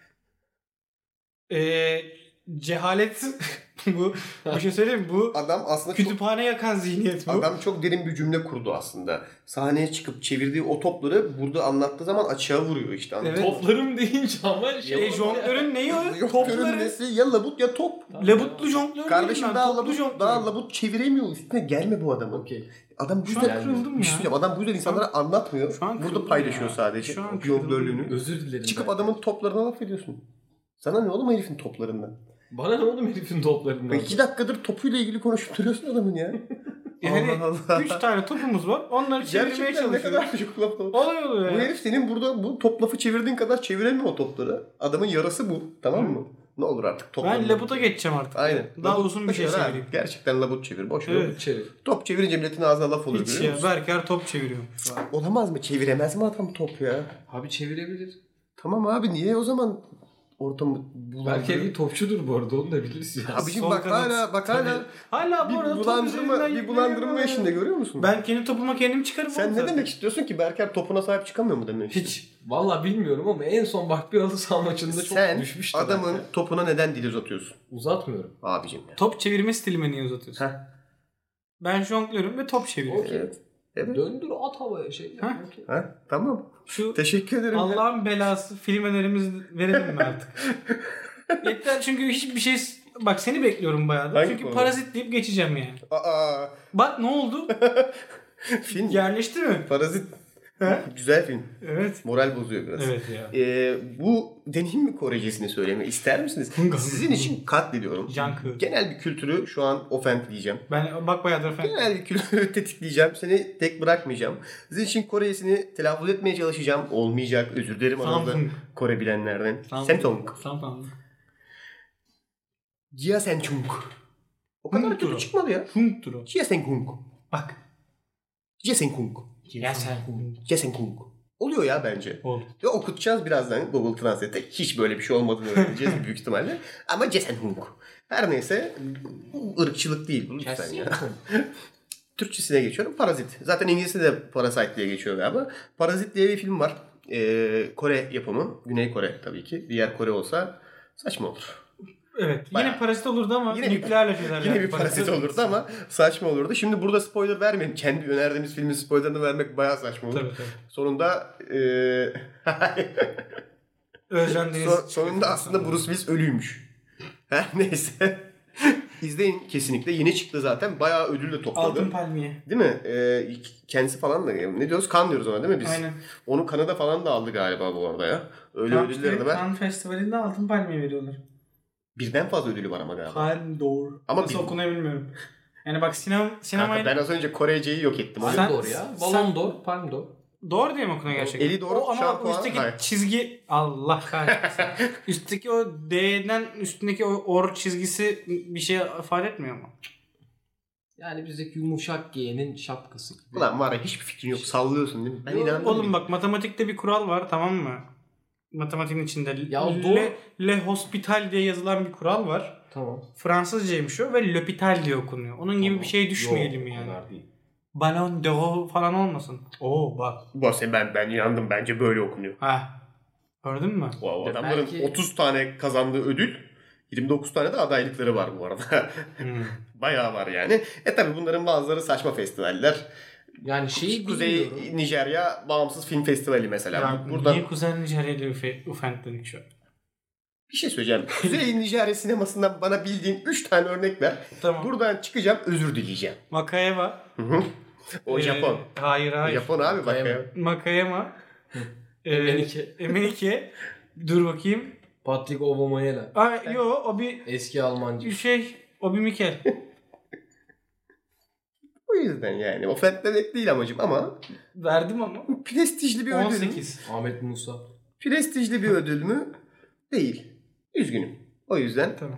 Ee, cehalet bu. Bir şey söyleyeyim mi? Bu Adam aslında çok, kütüphane yakan zihniyet bu. adam çok derin bir cümle kurdu aslında. Sahneye çıkıp çevirdiği o topları burada anlattığı zaman açığa vuruyor işte. Evet. Toplarım deyince ama şey E, jonglörün neyi o? Yok Topları. nesi ya labut ya top. Labutlu jonglör Kardeşim değilim ben. daha Toplu labut, jonglör. daha labut çeviremiyor. Üstüne gelme bu adamın. Okey. Adam bu Şu yüzden an kırıldım Bir şey ya. söyleyeceğim. Adam bu yüzden insanlara anlatmıyor. Şu an Burada kırıldım paylaşıyor ya. sadece. Şu an Jonglörlüğünü. kırıldım. Özür dilerim. Çıkıp ben. adamın toplarına laf ediyorsun. Sana ne oğlum herifin toplarından? Bana ne oğlum herifin toplarından? Ve iki dakikadır topuyla ilgili konuşup duruyorsun adamın ya. Yani Allah Allah. üç tane topumuz var. Onları çevirmeye Gerçekten ne çalışıyoruz. kadar çok laf var. Olay oluyor Bu ya. herif senin burada bu top lafı çevirdiğin kadar çeviremiyor o topları. Adamın yarası bu. Tamam mı? Ne olur artık toplarına. Ben labuta geçeceğim artık. Aynen. Daha Labut uzun bir şey çevir ha. söyleyeyim. Gerçekten labut çevir. Boş ver. Evet. Çevir. Top çevirince milletin ağzına laf olur Hiç görüyor ya. musun? Berker top çeviriyor. Olamaz mı? Çeviremez mi adam top ya? Abi çevirebilir. Tamam abi niye o zaman ortamı bulandırıyor? Belki iyi topçudur bu arada, onu da biliriz ya. Abicim Sol bak kanat. hala bak Tabii. hala Hala bu bir arada top bulandırma üzerinden bir bulandırma yükleniyor. işinde görüyor musun? Ben kendi topuma kendim çıkarım. Sen oğlum ne zaten. demek istiyorsun ki Berker topuna sahip çıkamıyor mu demek istiyorsun? Hiç. Valla bilmiyorum ama en son bak bir halı saha maçında çok Sen düşmüştü. adamın belki. topuna neden dil uzatıyorsun? Uzatmıyorum. Abicim ya. Top çevirme stilime niye uzatıyorsun? Heh. Ben jonglörüm ve top çeviriyorum. Okey. Evet. Evet. Döndür at havaya şey. Ha? Okey. Ha, tamam. Şu Teşekkür ederim. ya. Allah'ın belası film önerimiz verelim mi artık? Yeter çünkü hiçbir şey... Bak seni bekliyorum bayağı. Hangi Çünkü konu? parazit deyip geçeceğim yani. Aa, Bak ne oldu? film. Yerleşti mi? Parazit. He? Güzel film. Evet. Moral bozuyor biraz. Evet ya. Ee, bu deneyim mi Korecesini söylemeyi ister misiniz? Sizin için katlediyorum. Yankı. Genel bir kültürü şu an ofentleyeceğim. Ben bak bayağıdır efendim. Genel bir kültürü tetikleyeceğim. Seni tek bırakmayacağım. Sizin için Kore'sini telaffuz etmeye çalışacağım. Olmayacak. Özür dilerim aranızda Samsung. Kore bilenlerden. Samsung. Samsung. Jia Senchung. O kadar Hungturo. kötü çıkmadı ya. Hungturo. Jia Senchung. Bak. Jia Senchung. Ya sen. Jia Senchung. Oluyor ya bence. Oldu. Ve okutacağız birazdan Google Translate'te. Hiç böyle bir şey olmadığını öğreneceğiz büyük ihtimalle. Ama Jia Senchung. Her neyse bu ırkçılık değil bu lütfen ya. Türkçesine geçiyorum. Parazit. Zaten İngilizce de Parasite diye geçiyor galiba. Parazit diye bir film var. Ee, Kore yapımı. Güney Kore tabii ki. Diğer Kore olsa saçma olur. Evet. Bayağı. Yine parazit olurdu ama Yine- nükleerle çözerler. Yine bir parazit olurdu ama saçma olurdu. Şimdi burada spoiler vermeyin. Kendi önerdiğimiz filmin spoilerını vermek bayağı saçma olur. Tabii tabii. Sonunda ee... Özcan Deniz. Son- sonunda aslında Bruce Willis ölüymüş. Her neyse. İzleyin kesinlikle. Yeni çıktı zaten. Bayağı ödül de topladı. Altın Palmiye. Değil mi? Ee, kendisi falan da ne diyoruz? Kan diyoruz ona değil mi biz? Aynen. Onu Kanada falan da aldı galiba bu arada ya. Öyle Tam ödülleri de işte var. Cannes Festivali'nde Altın Palmiye veriyorlar. Birden fazla ödülü var ama galiba. Palme d'Or. Ama Nasıl bir- okunuyor bilmiyorum. Yani bak sinema, Kanka sinemayı... ben az önce Korece'yi yok ettim. Sen- Palm d'Or ya. sen- Balon d'Or, Palm d'Or. Doğru diye mi okunuyor gerçekten? Eli doğru, O ama şampuan, üstteki hayır. çizgi... Allah kahretsin. Üstteki o D'den üstündeki o or çizgisi bir şey ifade etmiyor mu? Yani bizdeki yumuşak G'nin şapkası gibi. Ulan var ya hiçbir fikrin yok. Sallıyorsun değil mi? Ben Yok, inandım. Oğlum bak matematikte bir kural var tamam mı? Matematiğin içinde. Ya Le, doğru. Le Hospital diye yazılan bir kural var. Tamam. Fransızcaymış o ve L'Hôpital diye okunuyor. Onun gibi Tamam. bir şeye düşmeyelim Yok, yani. o kadar değil. Ballon d'Or falan olmasın. Oo bak. Bu arada ben, ben inandım. Bence böyle okunuyor. Ha. Gördün mü? Wow, Ya adamların belki- otuz tane kazandığı ödül, yirmi dokuz tane de adaylıkları var bu arada. Hmm. Bayağı var yani. E tabi bunların bazıları saçma festivaller. Yani şeyi Kuzey bilmiyorum. Nijerya Bağımsız Film Festivali mesela. Ya Buradan niye Kuzey Nijerya'yla üfe, ufentledik şu an? Bir şey söyleyeceğim. Kuzey Nijerya sinemasından bana bildiğin üç tane örnek ver. Tamam. Buradan çıkacağım, özür dileyeceğim. Makayama. O Ee, Japon. Hayır hayır. Japon abi bak ya. Makayama. ee, Emenike. Emenike. Dur bakayım. Patrick Ovomayela. Aa, yo o bir Eski Almancı. şey. O bir Mikel. O yüzden yani. Ofentlemek değil amacım ama Verdim ama. prestijli bir ödül on mü? sekiz. Ahmet Musa. Prestijli bir ödül mü? Değil. Üzgünüm. O yüzden Tamam.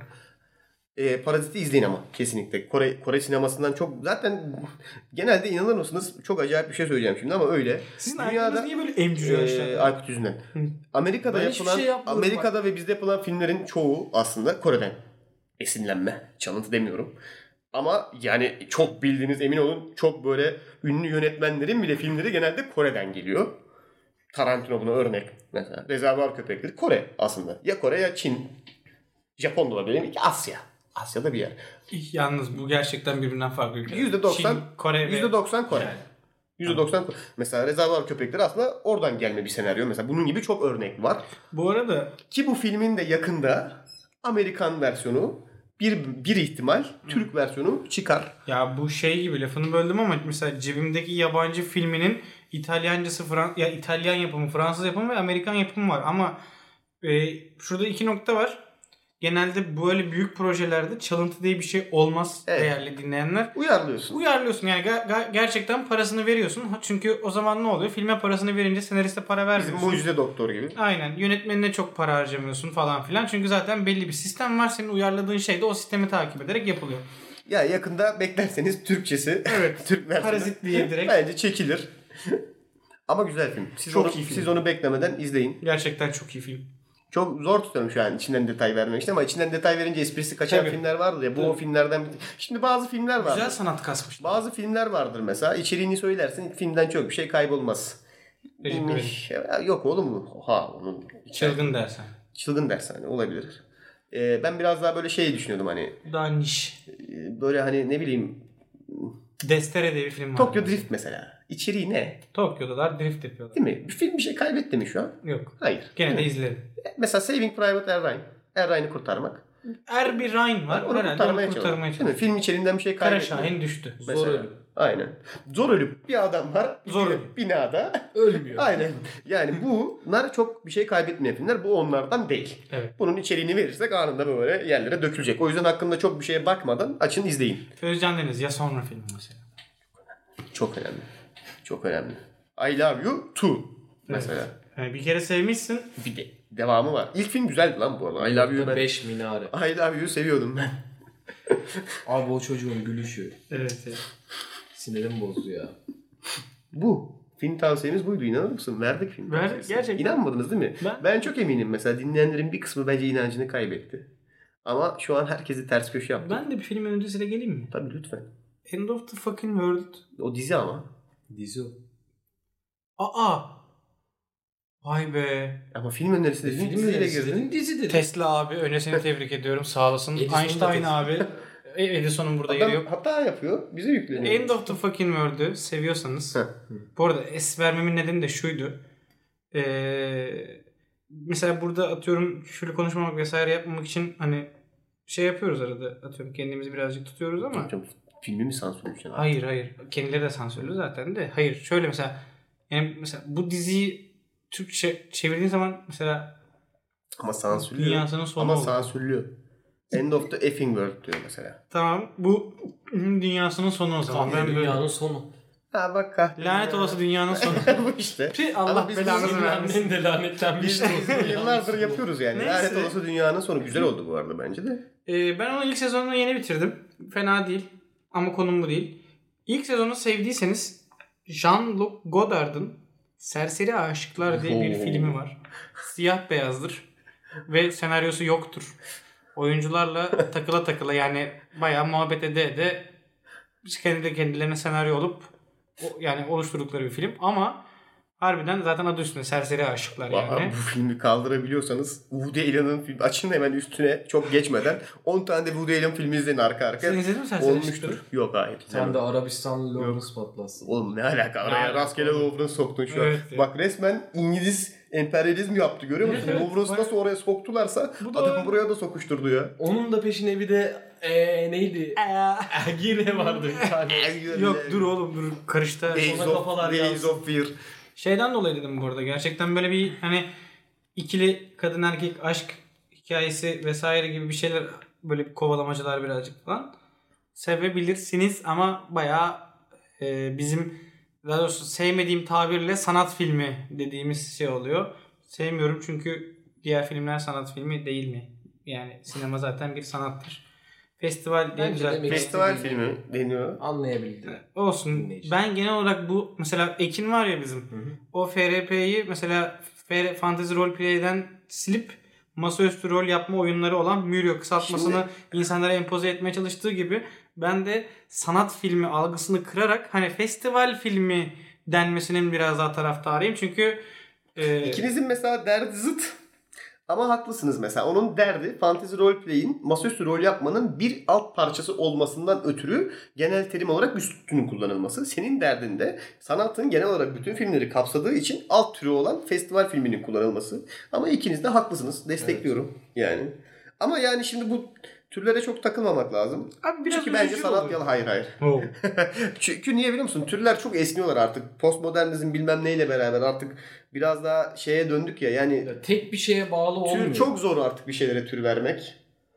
e, Parazit'i izleyin ama kesinlikle. Kore Kore sinemasından çok zaten genelde inanır mısınız? Çok acayip bir şey söyleyeceğim şimdi ama öyle. Sizin Dünyada aklınız niye böyle emcürüyor e, aşağıda? Aykut yüzünden. Hı. Amerika'da Ben hiçbir yapılan şey yapmıyorum Amerika'da ve bizde yapılan filmlerin çoğu aslında Kore'den esinlenme. Çalıntı demiyorum. Ama yani çok bildiğiniz emin olun çok böyle ünlü yönetmenlerin bile filmleri genelde Kore'den geliyor. Tarantino buna örnek. Mesela Rezervuar Köpekleri Kore aslında. Ya Kore ya Çin. Japon da olabilir. Asya. Asya'da bir yer. Yalnız bu gerçekten birbirinden farklı ülkeler. yüzde doksan Çin, Kore ve... yüzde doksan Kore. Yani. yüzde doksan Kore. Mesela Rezervuar Köpekleri aslında oradan gelme bir senaryo. Mesela bunun gibi çok örnek var. Bu arada Ki bu filmin de yakında Amerikan versiyonu bir, bir ihtimal Türk versiyonu çıkar. ya bu şey gibi lafını böldüm ama mesela cebimdeki yabancı filminin İtalyancası Fran ya İtalyan yapımı, Fransız yapımı ve Amerikan yapımı var ama e, şurada iki nokta var. Genelde böyle büyük projelerde çalıntı diye bir şey olmaz Evet. değerli dinleyenler. Uyarlıyorsun. Uyarlıyorsun yani ga- ga- gerçekten parasını veriyorsun. Ha, çünkü o zaman ne oluyor? Filme parasını verince senariste para Bizim vermiyorsun. Mucize Doktor gibi. Aynen. Yönetmenine çok para harcamıyorsun falan filan. Çünkü zaten belli bir sistem var. Senin uyarladığın şey de o sistemi takip ederek yapılıyor. Ya yakında beklerseniz Türkçesi. Evet. Türk versiyonu. Parazit diye direkt. Bence çekilir. Ama güzel film. Siz Çok onu, iyi film. Siz onu beklemeden izleyin. Gerçekten çok iyi film. Çok zor tutarım şu an içinden detay vermek için ama içinden detay verince esprisi kaçan Tabii. filmler vardır ya. Bu Tabii. o filmlerden bir... Şimdi bazı filmler vardır. Güzel sanat kasmış. Bazı filmler vardır mesela. İçeriğini söylersin. Filmden çok bir şey kaybolmaz. Teşekkür ederim. Ya yok oğlum mu? Ha onun Çılgın dersen. çılgın dershane olabilir. Ee, ben biraz daha böyle şey düşünüyordum hani Daha niş. e, böyle hani ne bileyim Destere diye bir film var. Tokyo Drift mesela. İçeriği ne? Tokyo'dalar drift yapıyorlar. Değil mi? Bir film bir şey kaybetti mi şu an? Yok. Hayır. Gene de Değil mi? izlerim. Mesela Saving Private Ryan. Er Ryan'ı kurtarmak. Er bir Ryan var. Onu Herhalde kurtarmaya onu çalışıyor. kurtarmaya Değil mi? çalışıyor. Film içeriğinden bir şey Kara kaybetmiyor. Şahin düştü. Mesela. Zor ölüm. Aynen. Zor ölüp bir adam var. Zor bir ölüm. binada. Ölmüyor. Aynen. Yani bunlar çok bir şey kaybetmeyen filmler. Bu onlardan değil. Evet. Bunun içeriğini verirsek anında böyle yerlere dökülecek. O yüzden hakkında çok bir şeye bakmadan açın izleyin. Özcan Deniz ya sonra filmi mesela. Çok önemli. Çok önemli. I Love You Too mesela. Yani bir kere sevmişsin. Bir de devamı var. İlk film güzeldi lan bu arada. I Love You ben. beş minare. I Love You'yu seviyordum ben. Abi o çocuğun gülüşü. Evet. evet. Sinirim bozdu ya. Bu. Film tavsiyemiz buydu. İnanır mısın? Verdik film Verdik, tavsiyesi. gerçekten. İnanmadınız değil mi? Ben- Ben çok eminim. Mesela dinleyenlerin bir kısmı bence inancını kaybetti. Ama şu an herkesi ters köşe yaptı. Ben de bir filmin öncesiyle geleyim mi? Tabii lütfen. End of the fucking world. O dizi ama. Dizi o. Aa. Vay be. Ama film önerisi dediğin Film diziyle önerisi girdin. dedin, dizi dedin. Tesla abi önesini tebrik ediyorum. Sağ olasın. Edison'un da Einstein Tesla. abi. E, Edison'un burada yeri Adam yok. hata yapıyor. Bize yükleniyor. End of the fucking world'ü seviyorsanız. Heh. Bu arada es vermemin nedeni de şuydu. Ee, mesela burada atıyorum küfürlü konuşmamak vesaire yapmamak için hani şey yapıyoruz arada. Atıyorum kendimizi birazcık tutuyoruz ama. Hocam, filmi mi sansürmüş? Yani? Hayır hayır. Kendileri de sansürlü zaten de. Hayır şöyle mesela. Yani mesela bu diziyi Türkçe çevirdiğin zaman mesela Ama sansürlü. dünyasının sonu Ama olur. sansürlü. End of the effing world diyor mesela. Tamam bu dünyasının sonu o zaman. Kahve Ben böyle... dünyanın sonu. Ha bak kahve. Lanet olası dünyanın sonu. Bu işte. Tüh, Ama Allah biz belanızı bunu- vermesin. Annen de lanetlenmiş. Biz bunu yıllardır yapıyoruz yani. Neyse. Lanet olası dünyanın sonu. Güzel oldu bu arada bence de. Ee, ben onun ilk sezonunu yeni bitirdim. Fena değil. Ama konum bu değil. İlk sezonu sevdiyseniz Jean-Luc Godard'ın Serseri Aşıklar diye bir Oo. filmi var. Siyah beyazdır. Ve senaryosu yoktur. Oyuncularla takıla takıla yani bayağı muhabbet ede ede kendi kendilerine senaryo olup o- yani oluşturdukları bir film. Ama harbiden zaten adı üstünde Serseri Aşıklar yani. Valla bu filmi kaldırabiliyorsanız Woody Allen'ın filmi açın hemen üstüne çok geçmeden on tane de Woody Allen filmi izleyin arka arkaya. Sen izledin mi Serseri Olmuştur. Aşıkları? Yok hayır. Sen de Arabistanlı Lawrence patlatsın. Oğlum ne alaka? Araya alaka rastgele Lawrence soktun şu Evet. an. Bak resmen İngiliz emperyalizm yaptı, görüyor musun? Evet, Louvre'u evet. nasıl oraya soktularsa Bu da adam öyle. buraya da sokuşturdu ya. Onun da peşine bir de ee, neydi? Ergile vardı bir tane. Yok dur oğlum dur karıştı. Days Ona of, kafalar Days yansın. of Fear. Şeyden dolayı dedim bu arada. Gerçekten böyle bir hani ikili kadın erkek aşk hikayesi vesaire gibi bir şeyler, böyle bir kovalamacılar birazcık falan sevebilirsiniz ama bayağı e, bizim daha doğrusu sevmediğim tabirle sanat filmi dediğimiz şey oluyor. Sevmiyorum çünkü diğer filmler sanat filmi değil mi? Yani sinema zaten bir sanattır. Festival diye Bence güzel. demek- Festival istediğim- filmi deniyor. Anlayabildim. Olsun. Dinleyici. Ben genel olarak bu mesela Ekin var ya bizim. Hı hı. O F R P'yi mesela F R, Fantasy Roleplay'den silip masaüstü rol yapma oyunları olan Mürio kısaltmasını Şimdi- insanlara empoze etmeye çalıştığı gibi ben de sanat filmi algısını kırarak hani festival filmi denmesinin biraz daha taraftarıyım. Çünkü e, İkinizin mesela derdi zıt. Ama haklısınız mesela. Onun derdi Fantasy Roleplay'in masaüstü rol yapmanın bir alt parçası olmasından ötürü genel terim olarak üstünün kullanılması. Senin derdin de sanatın genel olarak bütün filmleri kapsadığı için alt türü olan festival filminin kullanılması. Ama ikiniz de haklısınız. Destekliyorum yani. Ama yani şimdi bu türlere çok takılmamak lazım. abi biraz Çünkü bence üzücü sanat oluyor. yalan. Hayır hayır. Oh. Çünkü niye biliyor musun? Türler çok esniyorlar artık. Postmodernizm bilmem neyle beraber artık biraz daha şeye döndük ya. Yani Ya tek bir şeye bağlı olmuyor. tür, çok zor artık bir şeylere tür vermek.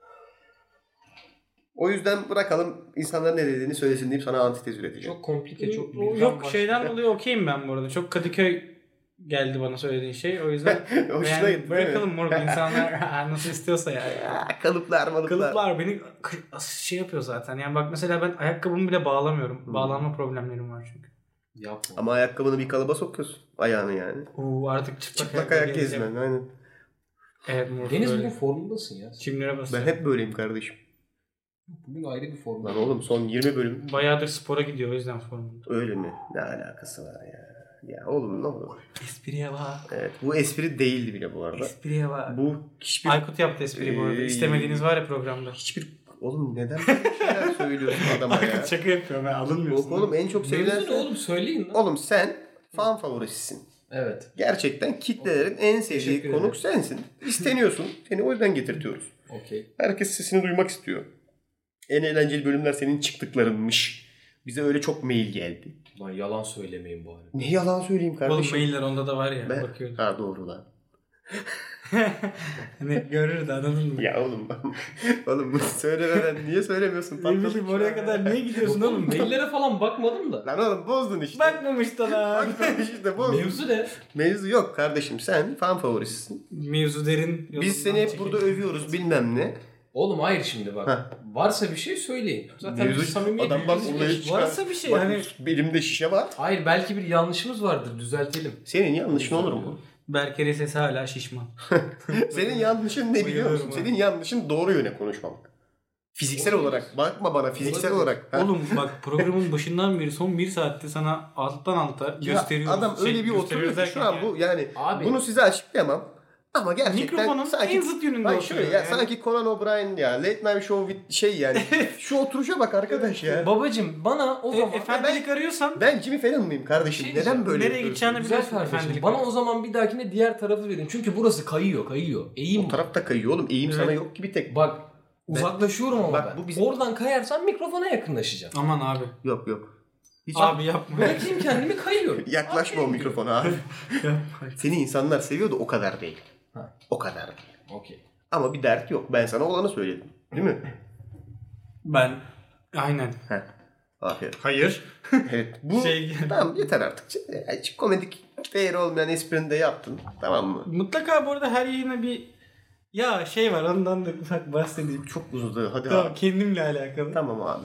O yüzden bırakalım insanların ne dediğini söylesin deyip sana antitez üreteceğim. Çok komplike, çok O- birden Yok başka. şeyden dolayı okeyim ben bu arada. Çok Kadıköy geldi bana söylediğin şey. O yüzden Hoşuna yani gitti değil bırakalım mi? moruk. İnsanlar nasıl istiyorsa yani. Aa, Kalıplar malıplar. Kılıplar beni kı- şey yapıyor zaten. Yani bak mesela ben ayakkabımı bile bağlamıyorum. Hmm. Bağlanma problemlerim var çünkü. Yapma. Ama ayakkabını bir kalıba sokuyorsun. Ayağını yani. Oo, artık çıplak, Çıplak ayakla ayak gezeceğim. gezmen. Aynen. Evet moruk. Deniz böyle. bugün formundasın ya. Çimlere Ben basıyorum. hep böyleyim kardeşim. Bugün ayrı bir form. Lan oğlum son yirmi bölüm Bayağıdır spora gidiyor o yüzden formunda. öyle mi? Ne alakası var ya? Ya oğlum ne olur. Espriye bak. Evet, bu espri değildi bile bu arada. Espriye bak. Bu hiçbir Aykut yaptı espriyi bu arada. Ee, İstemediğiniz var ya programda. hiçbir oğlum neden böyle şeyler söylüyorsun adama ya? Aykut şaka yapıyor ben alınmıyorsun. Yok oğlum en çok sevilen Mevzu ne oğlum, söyleyin lan. Oğlum sen fan favorisisin. Evet. Gerçekten kitlelerin en sevdiği Teşekkür konuk ederim. sensin. İsteniyorsun. Seni o yüzden getirtiyoruz. Okey. Herkes sesini duymak istiyor. En eğlenceli bölümler senin çıktıklarınmış. Bize öyle çok mail geldi. Lan yalan söylemeyin bari. Ne yalan söyleyeyim Oğlum kardeşim. mailler onda da var ya. Ben... Bakıyorum. Ha doğru lan. Hani görür de anladın mı? Ya oğlum oğlum bunu söylemeden niye söylemiyorsun? Ne Patladık bileyim şu oraya an kadar ya. niye gidiyorsun oğlum? Maillere falan bakmadım da. Lan oğlum bozdun işte. Bakmamış da lan. Bakmamış işte bozdun. Mevzu ne? Mevzu yok kardeşim. Sen fan favorisisin. Mevzu derin. Biz yolundan seni hep çekildi. burada övüyoruz bilmem ne. Oğlum hayır şimdi bak. Heh. Varsa bir şey söyleyin. Zaten Mevzu- biz samimiyet adam bak biz- olayı çıkar. Varsa bir şey Bak, hani belimde şişe var. Hayır belki bir yanlışımız vardır, düzeltelim. Senin yanlışın olur mu? Berker'in sesi hala şişman. Senin yanlışın ne biliyor musun? Bayılıyorum Senin yanlışın doğru yöne konuşmamak. Fiziksel Olabilir. olarak. Bakma bana fiziksel Olabilir. olarak. Ha? Oğlum bak programın başından beri son bir saatte sana alttan alta Ya gösteriyoruz. adam Şey, öyle bir oturuyor ki şu an bu yani Abi. bunu size açıklayamam. Ama gerçekten Mikrofonun sanki en zıt yönünde Hayır oturuyor. şöyle ya yani. sanki Conan O'Brien ya Late Night Show with şey yani şu oturuşa bak arkadaş ya. Babacım bana o E, zaman... efendilik arıyorsan Ben Jimmy Fallon mıyım kardeşim? Şey Neden diyeceğim, böyle nereye yapıyorsun? gideceğini Güzel biliyorsun kardeşim. efendilik Bana o arıyorsan. zaman bir dahakine diğer tarafı verin. Çünkü burası kayıyor, kayıyor. Eğim O bu. taraf da kayıyor oğlum. Eğim Evet. sana yok ki bir tek. Bak uzaklaşıyorum ama Bak, ben. bu bizim- Oradan kayarsan mikrofona yakınlaşacağım. Aman abi. Yok yok. Hiç Abi yapma. Bırakayım kendimi kayıyorum. yaklaşma o Abi, mikrofona abi. yapma. Seni insanlar seviyor da o kadar değil. Ha. O kadar değil. Okey. Ama bir dert yok. Ben sana olanı söyledim. Değil mi? Ben aynen. Heh. Aferin. Hayır. Evet. Bu Şey- tamam yeter artık. Hiç komedik değeri olmayan esprini de yaptın. Tamam mı? Mutlaka bu arada her yayına bir ya şey var ondan da ufak bahsedeyim. Çok uzadı. Hadi Tamam abi. kendimle alakalı. Tamam abi.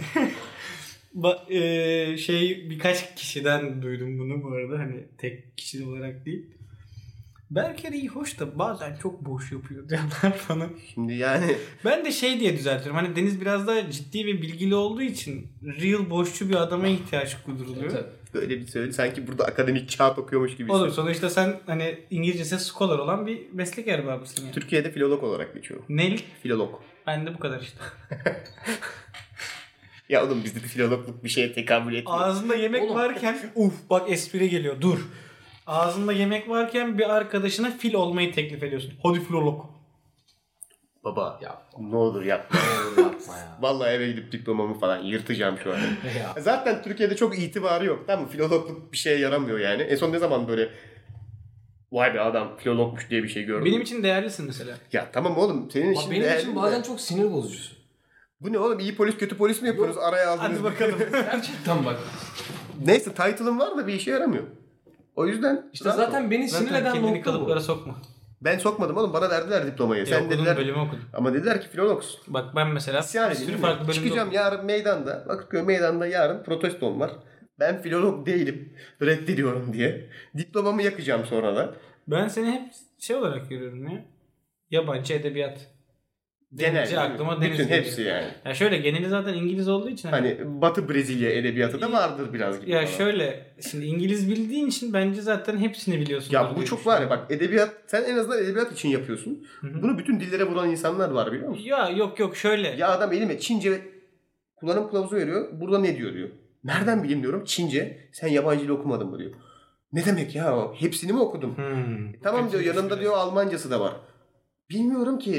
Ba- e, şey birkaç kişiden duydum bunu bu arada hani tek kişi olarak değil. Berker iyi hoş da bazen çok boş yapıyor diyorlar bana. Şimdi yani Ben de şey diye düzeltiyorum. Hani Deniz biraz daha ciddi ve bilgili olduğu için real boşçu bir adama ihtiyaç duyuluyor. Tabii. böyle bir söyle. Sanki burada akademik kağıt okuyormuş gibi. Oğlum sonuçta sen hani İngilizcesi scholar olan bir meslek erbabısın yani. Türkiye'de filolog olarak geçiyor. Nel? Filolog. Ben de bu kadar işte. Ya oğlum bizde de filologluk bir şeye tekamül etmiyor. Ağzında yemek Oğlum. varken uf bak espri geliyor dur. Ağzında yemek varken bir arkadaşına fil olmayı teklif ediyorsun. Hadi filolog. Baba Yapma. ne olur yapma. Ne olur yapma ya. Vallahi eve gidip diplomamı falan yırtacağım şu an. Ya. Zaten Türkiye'de çok itibarı yok. Tamam mı? Filologluk bir şeye yaramıyor yani. En son ne zaman böyle vay be adam filologmuş diye bir şey gördüm. Benim için değerlisin mesela. Ya tamam oğlum senin Bak için benim değerli için de. bazen çok sinir bozucusun. Bu ne oğlum iyi polis kötü polis mi yapıyoruz araya aldınız. Hadi bakalım. Gerçekten bak. Neyse title'ım var da bir işe yaramıyor. O yüzden İşte zaten beni sinir Zaten eden kendini nokta bu. kalıplara sokma. ben sokmadım oğlum bana verdiler diplomayı. Ya Sen okudum, dediler bölümü okudum. ama dediler ki filologsun. Bak ben mesela İsyan bir edin sürü değil mi? farklı bölümde Çıkacağım okudum. yarın meydanda. Bakırköy meydanda yarın protestom var. Ben filolog değilim. Reddediyorum diye. Diplomamı yakacağım sonra da. Ben seni hep şey olarak görüyorum ya. Yabancı edebiyat. Genel. Denince aklıma deniz Bütün geliyor. hepsi yani. Ya şöyle geneli zaten İngiliz olduğu için. Hani Batı Brezilya edebiyatı da vardır biraz gibi. Ya falan. şöyle şimdi İngiliz bildiğin için bence zaten hepsini biliyorsun. Ya bu çok var ya bak edebiyat sen en azından edebiyat için yapıyorsun. Hı hı. Bunu bütün dillere vuran insanlar var biliyor musun? Ya yok yok şöyle. Ya adam elime Çince kullanım kılavuzu veriyor. Burada ne diyor diyor. Nereden bileyim diyorum. Çince. Sen yabancı dil okumadın mı diyor. Ne demek ya? Hepsini mi okudum? Hmm. E, tamam diyor yanında diyor Almancası da var. Bilmiyorum ki.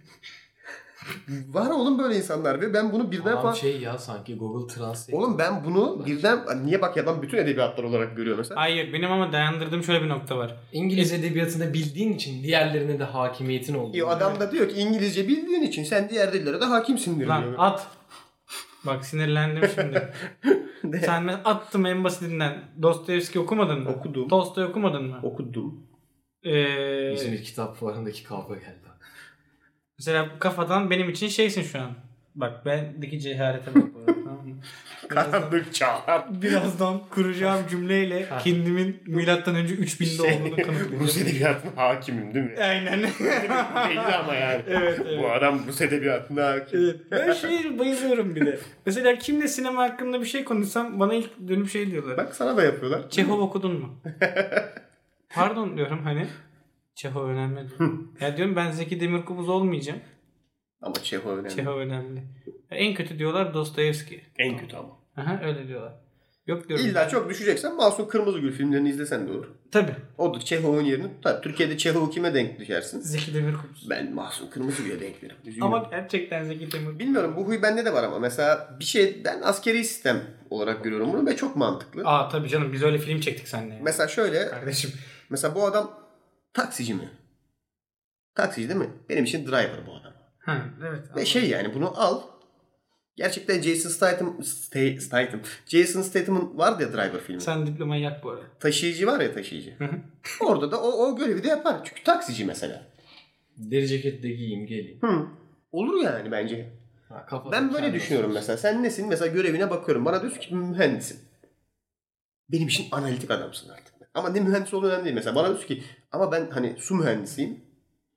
Var oğlum böyle insanlar ve ben bunu birden Adam falan... şey ya sanki Google Translate. Oğlum ben bunu birden... Niye bak ya adam bütün edebiyatlar olarak görüyor mesela. Hayır benim ama dayandırdığım şöyle bir nokta var. İngiliz edebiyatını bildiğin için diğerlerine de hakimiyetin oldu. E, o adam da diyor ki İngilizce bildiğin için sen diğer dillere de hakimsindir Lan diyor. at. Bak sinirlendim şimdi. De- Sen ben attım en basitinden. Dostoyevski okumadın mı? Okudum. Tolstoy okumadın mı? Okudum. Ee, İzmir kitap fuarındaki kavga geldi. mesela kafadan benim için şeysin şu an. Bak bendeki cehalete bak. bu arada, tamam mı? Birazdan, Karanlık çağlar. birazdan kuracağım cümleyle kendimin milattan önce üç binde Şey, olduğunu kanıtlayacağım. Rus edebiyatına hakimim değil mi? Aynen. Belli ama yani. Evet, evet. Bu adam Rus edebiyatına hakim. Evet. Ben şey bayılıyorum bir de. Mesela kimle sinema hakkında bir şey konuşsam bana ilk dönüp şey diyorlar. Bak sana da yapıyorlar. Çehov okudun mu? Pardon diyorum hani. Çehov önemli. Ya diyorum ben Zeki Demirkubuz olmayacağım. Ama Çehov önemli. Çehov önemli. Ya en kötü diyorlar Dostoyevski. En kötü ama. Aha öyle diyorlar. Yok diyorum. İlla çok düşeceksen Masum Kırmızıgül filmlerini izlesen de olur. Tabii. O da Çehov'un yerini tutar. Türkiye'de Çehov'u kime denk düşersin? Zeki Demirkubuz. Ben Masum Kırmızıgül'e denk veririm. Üzülüyorum. Ama gerçekten Zeki Demirkubuz. Bilmiyorum bu huy bende de var ama mesela bir şey ben askeri sistem olarak görüyorum bunu ve çok mantıklı. Aa tabii canım biz öyle film çektik seninle. Mesela şöyle Kardeşim. mesela bu adam taksici mi? Taksici değil mi? Benim için driver bu adam. Ha evet. Ve şey yani bunu al. Gerçekten Jason Statham, Sta- Statham, Jason Statham'ın vardı ya Driver filmi. Sen diplomayı yak bu arada. Taşıyıcı var ya taşıyıcı. Hı hı. Orada da o, o görevi de yapar. Çünkü taksici mesela. Deri ceket de giyeyim geleyim. Hı. Olur yani bence. Ha, kafada Ben böyle kendi düşünüyorum olsun. mesela. Sen nesin? Mesela görevine bakıyorum. Bana diyorsun ki mühendisin. Benim için analitik adamsın artık. Ama ne mühendis olduğu önemli değil. Mesela bana diyorsun ki ama ben hani su mühendisiyim.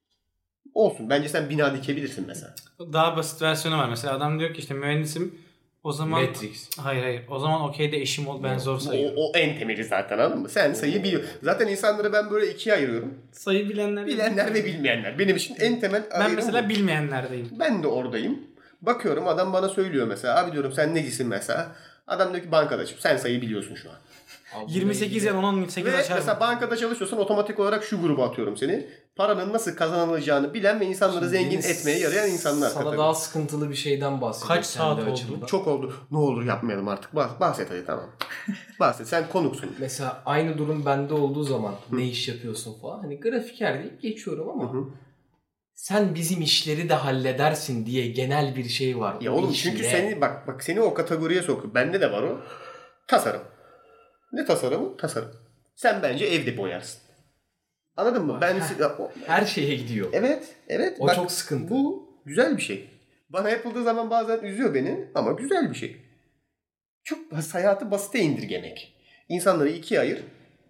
Olsun. Bence sen bina dikebilirsin mesela. Daha basit versiyonu var. Mesela adam diyor ki işte mühendisim. O zaman... Matrix. Hayır hayır. O zaman okey de eşim ol. Ben zor O, sayıyorum. o en temeli zaten anladın mı? Sen sayı biliyorsun. Zaten insanları ben böyle ikiye ayırıyorum. Sayı bilenler... Bilenler ve bilmeyenler. Benim için en temel Ben ayrım mesela bu. bilmeyenlerdeyim. Ben de oradayım. Bakıyorum adam bana söylüyor mesela. Abi diyorum sen necisin mesela? Adam diyor ki bankadaşım. Sen sayı biliyorsun şu an. Abi yirmi sekiz ya on sekiz Ve açar mesela mı? bankada çalışıyorsan otomatik olarak şu gruba atıyorum seni. Paranın nasıl kazanılacağını bilen ve insanları zengin Deniz, etmeye yarayan insanlar. Sana kategori. daha sıkıntılı bir şeyden bahsedeyim. Kaç saat kendi oldu? açımdan. Çok oldu. Ne olur yapmayalım artık. Bahs- bahset hadi tamam. Bahset. Sen konuksun. Mesela aynı durum bende olduğu zaman ne iş yapıyorsun falan. Hani grafiker deyip geçiyorum ama Hı hı. sen bizim işleri de halledersin diye genel bir şey var. Ya O oğlum iş çünkü ne? seni bak bak seni o kategoriye sokuyor. Bende de var o. Tasarım. Ne tasarımı? Tasarım. Sen bence evde boyarsın. Anladın mı? Ben o- her şeye gidiyor. evet, evet. O Bak, çok sıkıntı. Bu güzel bir şey. Bana yapıldığı zaman bazen üzüyor beni ama güzel bir şey. Çok hayatı basite indirgemek. İnsanları ikiye ayır.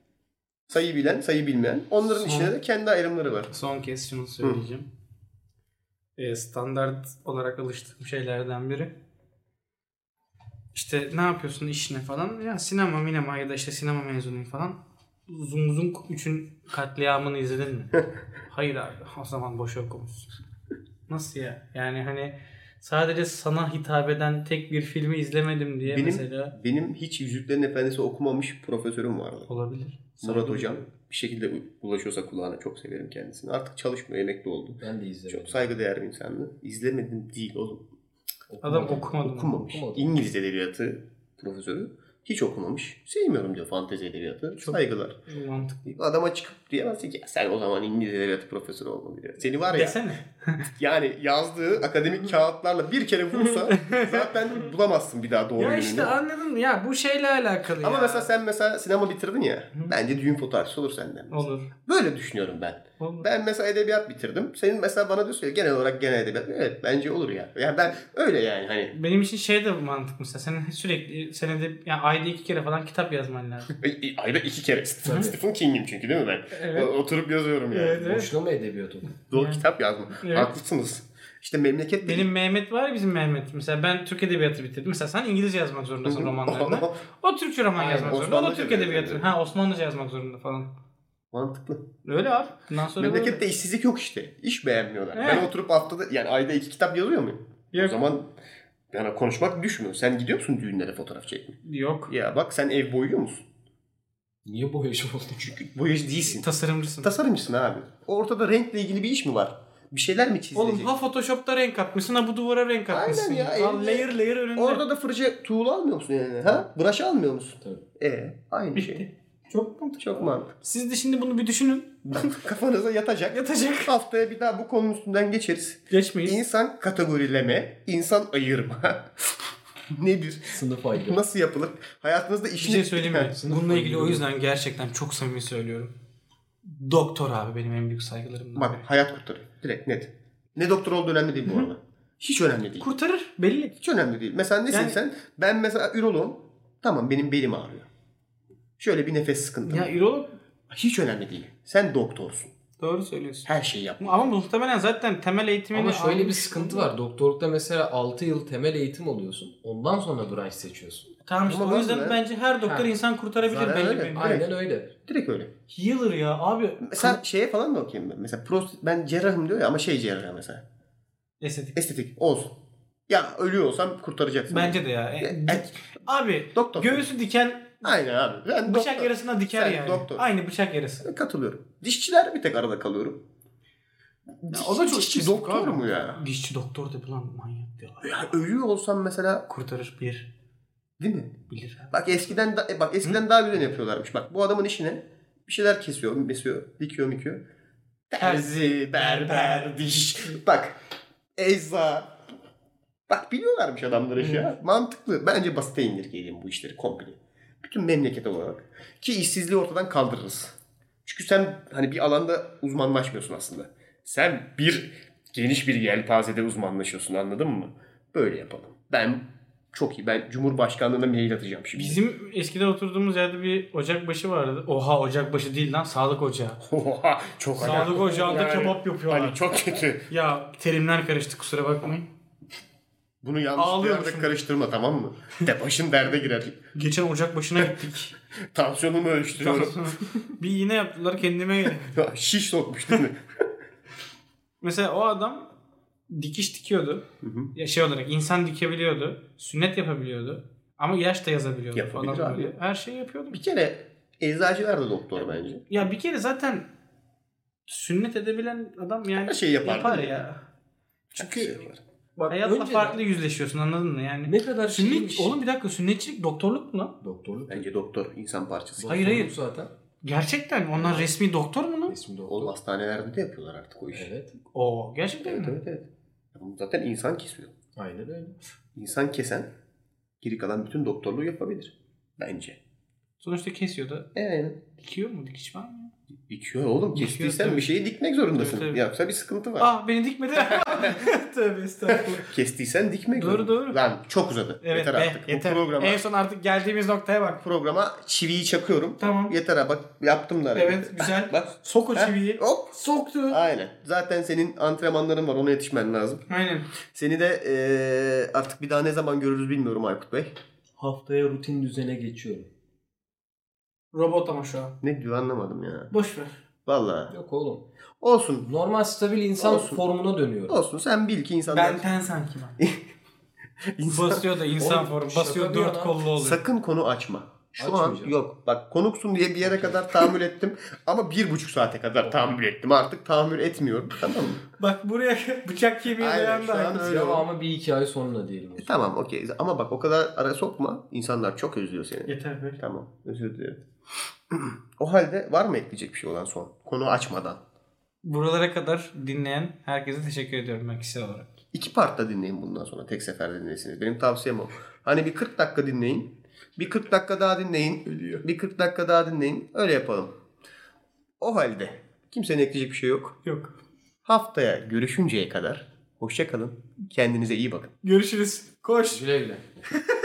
Sayı bilen, sayı bilmeyen. Onların Son- işine de kendi ayrımları var. Son kez şunu söyleyeceğim. Ee, standart olarak alıştığım şeylerden biri. İşte ne yapıyorsun işine falan. Ya sinema minema ya da işte sinema mezunuyum falan. Zung Zung üçün katliamını izledin mi? Hayır abi. O zaman boş okumuşsun. Nasıl ya? Yani hani sadece sana hitap eden tek bir filmi izlemedim diye Benim mesela benim hiç Yüzüklerin Efendisi okumamış profesörüm vardı. olabilir. Murat Hocam bir şekilde ulaşıyorsa kulağına çok severim kendisini. Artık çalışmıyor, emekli oldu. Ben de izlemedim. Çok saygıdeğer bir insandı. İzlemedim değil oğlum. Adam okumadı. Okumamış. Okumadı. İngiliz edebiyatı profesörü. Hiç okumamış. Sevmiyorum diyor fantezi edebiyatı. Çok Saygılar. mantıklı. Adama çıkıp diyemezsin ki sen o zaman İngiliz edebiyatı profesörü olma diyor. Seni var ya Desene. yani yazdığı akademik kağıtlarla bir kere vursa zaten bulamazsın bir daha doğru Ya yönünü. işte anladın mı? Ya bu şeyle alakalı Ama ya. mesela sen mesela sinema bitirdin ya. Bence düğün fotoğrafçısı olur senden. mesela. Olur. Böyle düşünüyorum ben. Olur. Ben mesela edebiyat bitirdim. Senin mesela bana diyorsun ya genel olarak genel edebiyat. Evet bence olur ya. Yani ben öyle yani hani. Benim için şey de mantıklı mesela. Senin sürekli senede yani ayda iki kere falan kitap yazman lazım. Ayda iki kere. Tabii. Stephen King'im çünkü değil mi ben? Evet. Oturup yazıyorum yani. Evet, evet. Boşuna mı edebiyat okudun? Doğru Yani. kitap yazma. Evet. Haklısınız. İşte memleket Benim Mehmet var ya bizim Mehmet. Mesela ben Türk Edebiyatı bitirdim. Mesela sen İngilizce yazmak zorundasın Hı hı. romanlarını. O Türkçe roman Aynen, yazmak zorunda. O da Osmanlıca Türk yazıyor. Edebiyatı. Ha Osmanlıca yazmak zorunda falan. mantıklı. Öyle abi. Bundan sonra Memlekette böyle. işsizlik yok işte. İş beğenmiyorlar. Evet. Ben oturup haftada yani ayda iki kitap yazıyor muyum? Yok. O zaman yani konuşmak düşmüyor. Sen gidiyor musun düğünlere fotoğraf çekmeye? Yok. Ya bak sen ev boyuyor musun? Niye boyacı oldun? Çünkü boyacı değilsin. Tasarımcısın. Tasarımcısın abi. Ortada renkle ilgili bir iş mi var? Bir şeyler mi çizilecek? Oğlum ha Photoshop'ta renk atmışsın ha bu duvara renk Aynen atmışsın. ya, Al eline- layer layer önünde. Orada da fırça tuğla almıyor musun yani? Ha? Brush almıyor musun? Tabii. E aynı Bitti. şey. Çok mantıklı. Çok mantıklı. Siz de şimdi bunu bir düşünün. Kafanıza yatacak. Yatacak. Haftaya bir daha bu konunun üstünden geçeriz. Geçmeyiz. İnsan kategorileme, insan ayırma. Nedir? Sınıf ayrı. Nasıl yapılır? Hayatınızda Bir işini... şey söyleyeyim mi? Sınıf Bununla ilgili o ayrımı. yüzden gerçekten çok samimi söylüyorum. Doktor abi benim en büyük saygılarımdan Bak biri. hayat kurtarıyor. Direkt net. Ne doktor olduğu önemli değil bu arada. Hiç önemli değil. Kurtarır belli. Hiç önemli değil. Mesela nesin Yani- sen? Ben mesela üroloğum. Tamam benim belim ağrıyor. Şöyle bir nefes sıkıntım. Ya ürolog Hiç önemli değil. Sen doktorsun. doğru söylüyorsun. Her şeyi yap. Ama muhtemelen zaten temel eğitimini Ama şöyle bir almış. sıkıntı var. Doktorlukta mesela altı yıl temel eğitim alıyorsun. Ondan sonra branş seçiyorsun. Tamam işte Ama o yüzden ben- bence her doktor Ha. insan kurtarabilir Zaten belli öyle. bir. Aynen öyle. Direkt öyle. Healer ya abi. Mesela şeye falan da okuyayım ben. Mesela prostat, ben cerrahım diyor ya ama şey cerrahı mesela. Estetik. Estetik olsun. Ya ölüyor olsam kurtaracaksın. Bence de ya. E, E, dik- abi Doktor. göğüs diken Aynen abi. Ben bıçak doktor. yarısına diker Sen yani. doktor. Aynı bıçak yarısı. Katılıyorum. Dişçiler bir tek arada kalıyorum. Ya o da çok Dişçi spesifik doktor abi. mu ya? Dişçi doktor da lan manyak diyorlar. Ya ölüyor olsam mesela Kurtarır bir. değil mi? Bilir abi. Bak eskiden da, e bak eskiden daha güzel yapıyorlarmış. Bak bu adamın işine bir şeyler kesiyor, mesiyor, dikiyor, mikiyor. Terzi, berber, diş. Bak ecza. Bak biliyorlarmış adamlar işi ya. Mantıklı. Bence basite indirgeyelim bu işleri komple. Bütün memleket olarak. Ki işsizliği ortadan kaldırırız. Çünkü sen hani bir alanda uzmanlaşmıyorsun aslında. Sen bir geniş bir yelpazede uzmanlaşıyorsun, anladın mı? Böyle yapalım. Ben çok iyi. Ben Cumhurbaşkanlığına mail atacağım şimdi. Bizim eskiden oturduğumuz yerde bir ocakbaşı vardı. Oha ocakbaşı değil lan sağlık ocağı. Oha, çok Sağlık ocağında Yani, kebap yapıyorlar. Hani çok kötü. Ya terimler karıştı kusura bakmayın. Bunu yanlış bir Ağlıyormuşum. yerde karıştırma, tamam mı? De başın derde girer. Geçen ocak başına gittik. Tansiyonumu ölçtürüyorum. bir iğne yaptılar kendime geldim. Şiş sokmuş değil mi? Mesela o adam dikiş dikiyordu. Hı hı. Ya şey olarak insan dikebiliyordu. Sünnet yapabiliyordu. Ama ilaç da yazabiliyordu Yapabilir falan abi. böyle. Her şeyi yapıyordu. Bir kere eczacılar da doktor bence. Ya bir kere zaten sünnet edebilen adam yani Her şeyi yapar, yapar değil mi? ya. Çünkü Her şey var. Bak, hayatla önceden farklı yüzleşiyorsun anladın mı? Yani ne kadar sünnet şeymiş. oğlum bir dakika sünnetçilik doktorluk mu lan? Doktorluk. Bence doktor, insan parçası. Hayır, hayır. Doktorluk zaten. Gerçekten onlar resmi doktor mu lan? Resmi doktor. Oğlum hastanelerde de yapıyorlar artık o işi. Evet. Oo gerçekten Evet, mi? evet, evet. Zaten insan kesiyor. Aynen öyle. İnsan kesen geri kalan bütün doktorluğu yapabilir. Bence. Sonuçta kesiyor da Evet. dikiyor mu? Dikiş var mı? Dikiyor oğlum. Dikiyor, Kestiysen tabii. bir şeyi dikmek zorundasın. Tabii, tabii. Yoksa bir sıkıntı var. Ah beni dikmedi. Tövbe estağfurullah. Kestiysen dikmek Doğru, zorundasın. doğru. Lan çok uzadı. Evet yeter be artık. yeter. Bu programa, En son artık geldiğimiz noktaya bak. programa çiviyi çakıyorum. Tamam. Yeter ha bak yaptım da. Evet güzel. Bak. Sok o Ha? çiviyi. Hop. Soktu. Aynen. Zaten senin antrenmanların var. Ona yetişmen lazım. Aynen. Seni de eee, artık bir daha ne zaman görürüz bilmiyorum Aykut Bey. Haftaya rutin düzene geçiyorum. Robot ama şu an. Ne diyor anlamadım ya. Boş ver. Vallahi. Yok oğlum. Olsun. Normal stabil insan Olsun. formuna dönüyorum. Olsun. Sen bil ki insanlar... Benten sanki ben. İnsan- Basıyor da insan Oğlum, formu. şaka Basıyor bir dört yana. kollu oluyor. Sakın konu açma. Şu an Açmayacağım. yok. Bak konuksun diye bir yere kadar tahammül ettim. Ama bir buçuk saate kadar tahammül ettim. Artık tahammül etmiyorum. Tamam mı? Bak buraya bıçak kemiğe Aynen, dayandı. şu an aynısı. öyle. Devamı bir iki ay sonra diyelim. o E, zaman. tamam okey. Ama bak o kadar ara sokma. İnsanlar çok özlüyor seni. Yeter böyle. Tamam. Özür dilerim. O halde var mı ekleyecek bir şey olan son? Konu açmadan. Buralara kadar dinleyen herkese teşekkür ediyorum ben kişisel olarak. İki partta dinleyin bundan sonra. Tek seferde dinlesiniz. Benim tavsiyem o. Hani bir kırk dakika dinleyin. Bir kırk dakika daha dinleyin. Ölüyor. Bir kırk dakika daha dinleyin. Öyle yapalım. O halde kimsenin ekleyecek bir şey yok. Yok. Haftaya görüşünceye kadar hoşça kalın. Kendinize iyi bakın. Görüşürüz. Koş. Güle güle.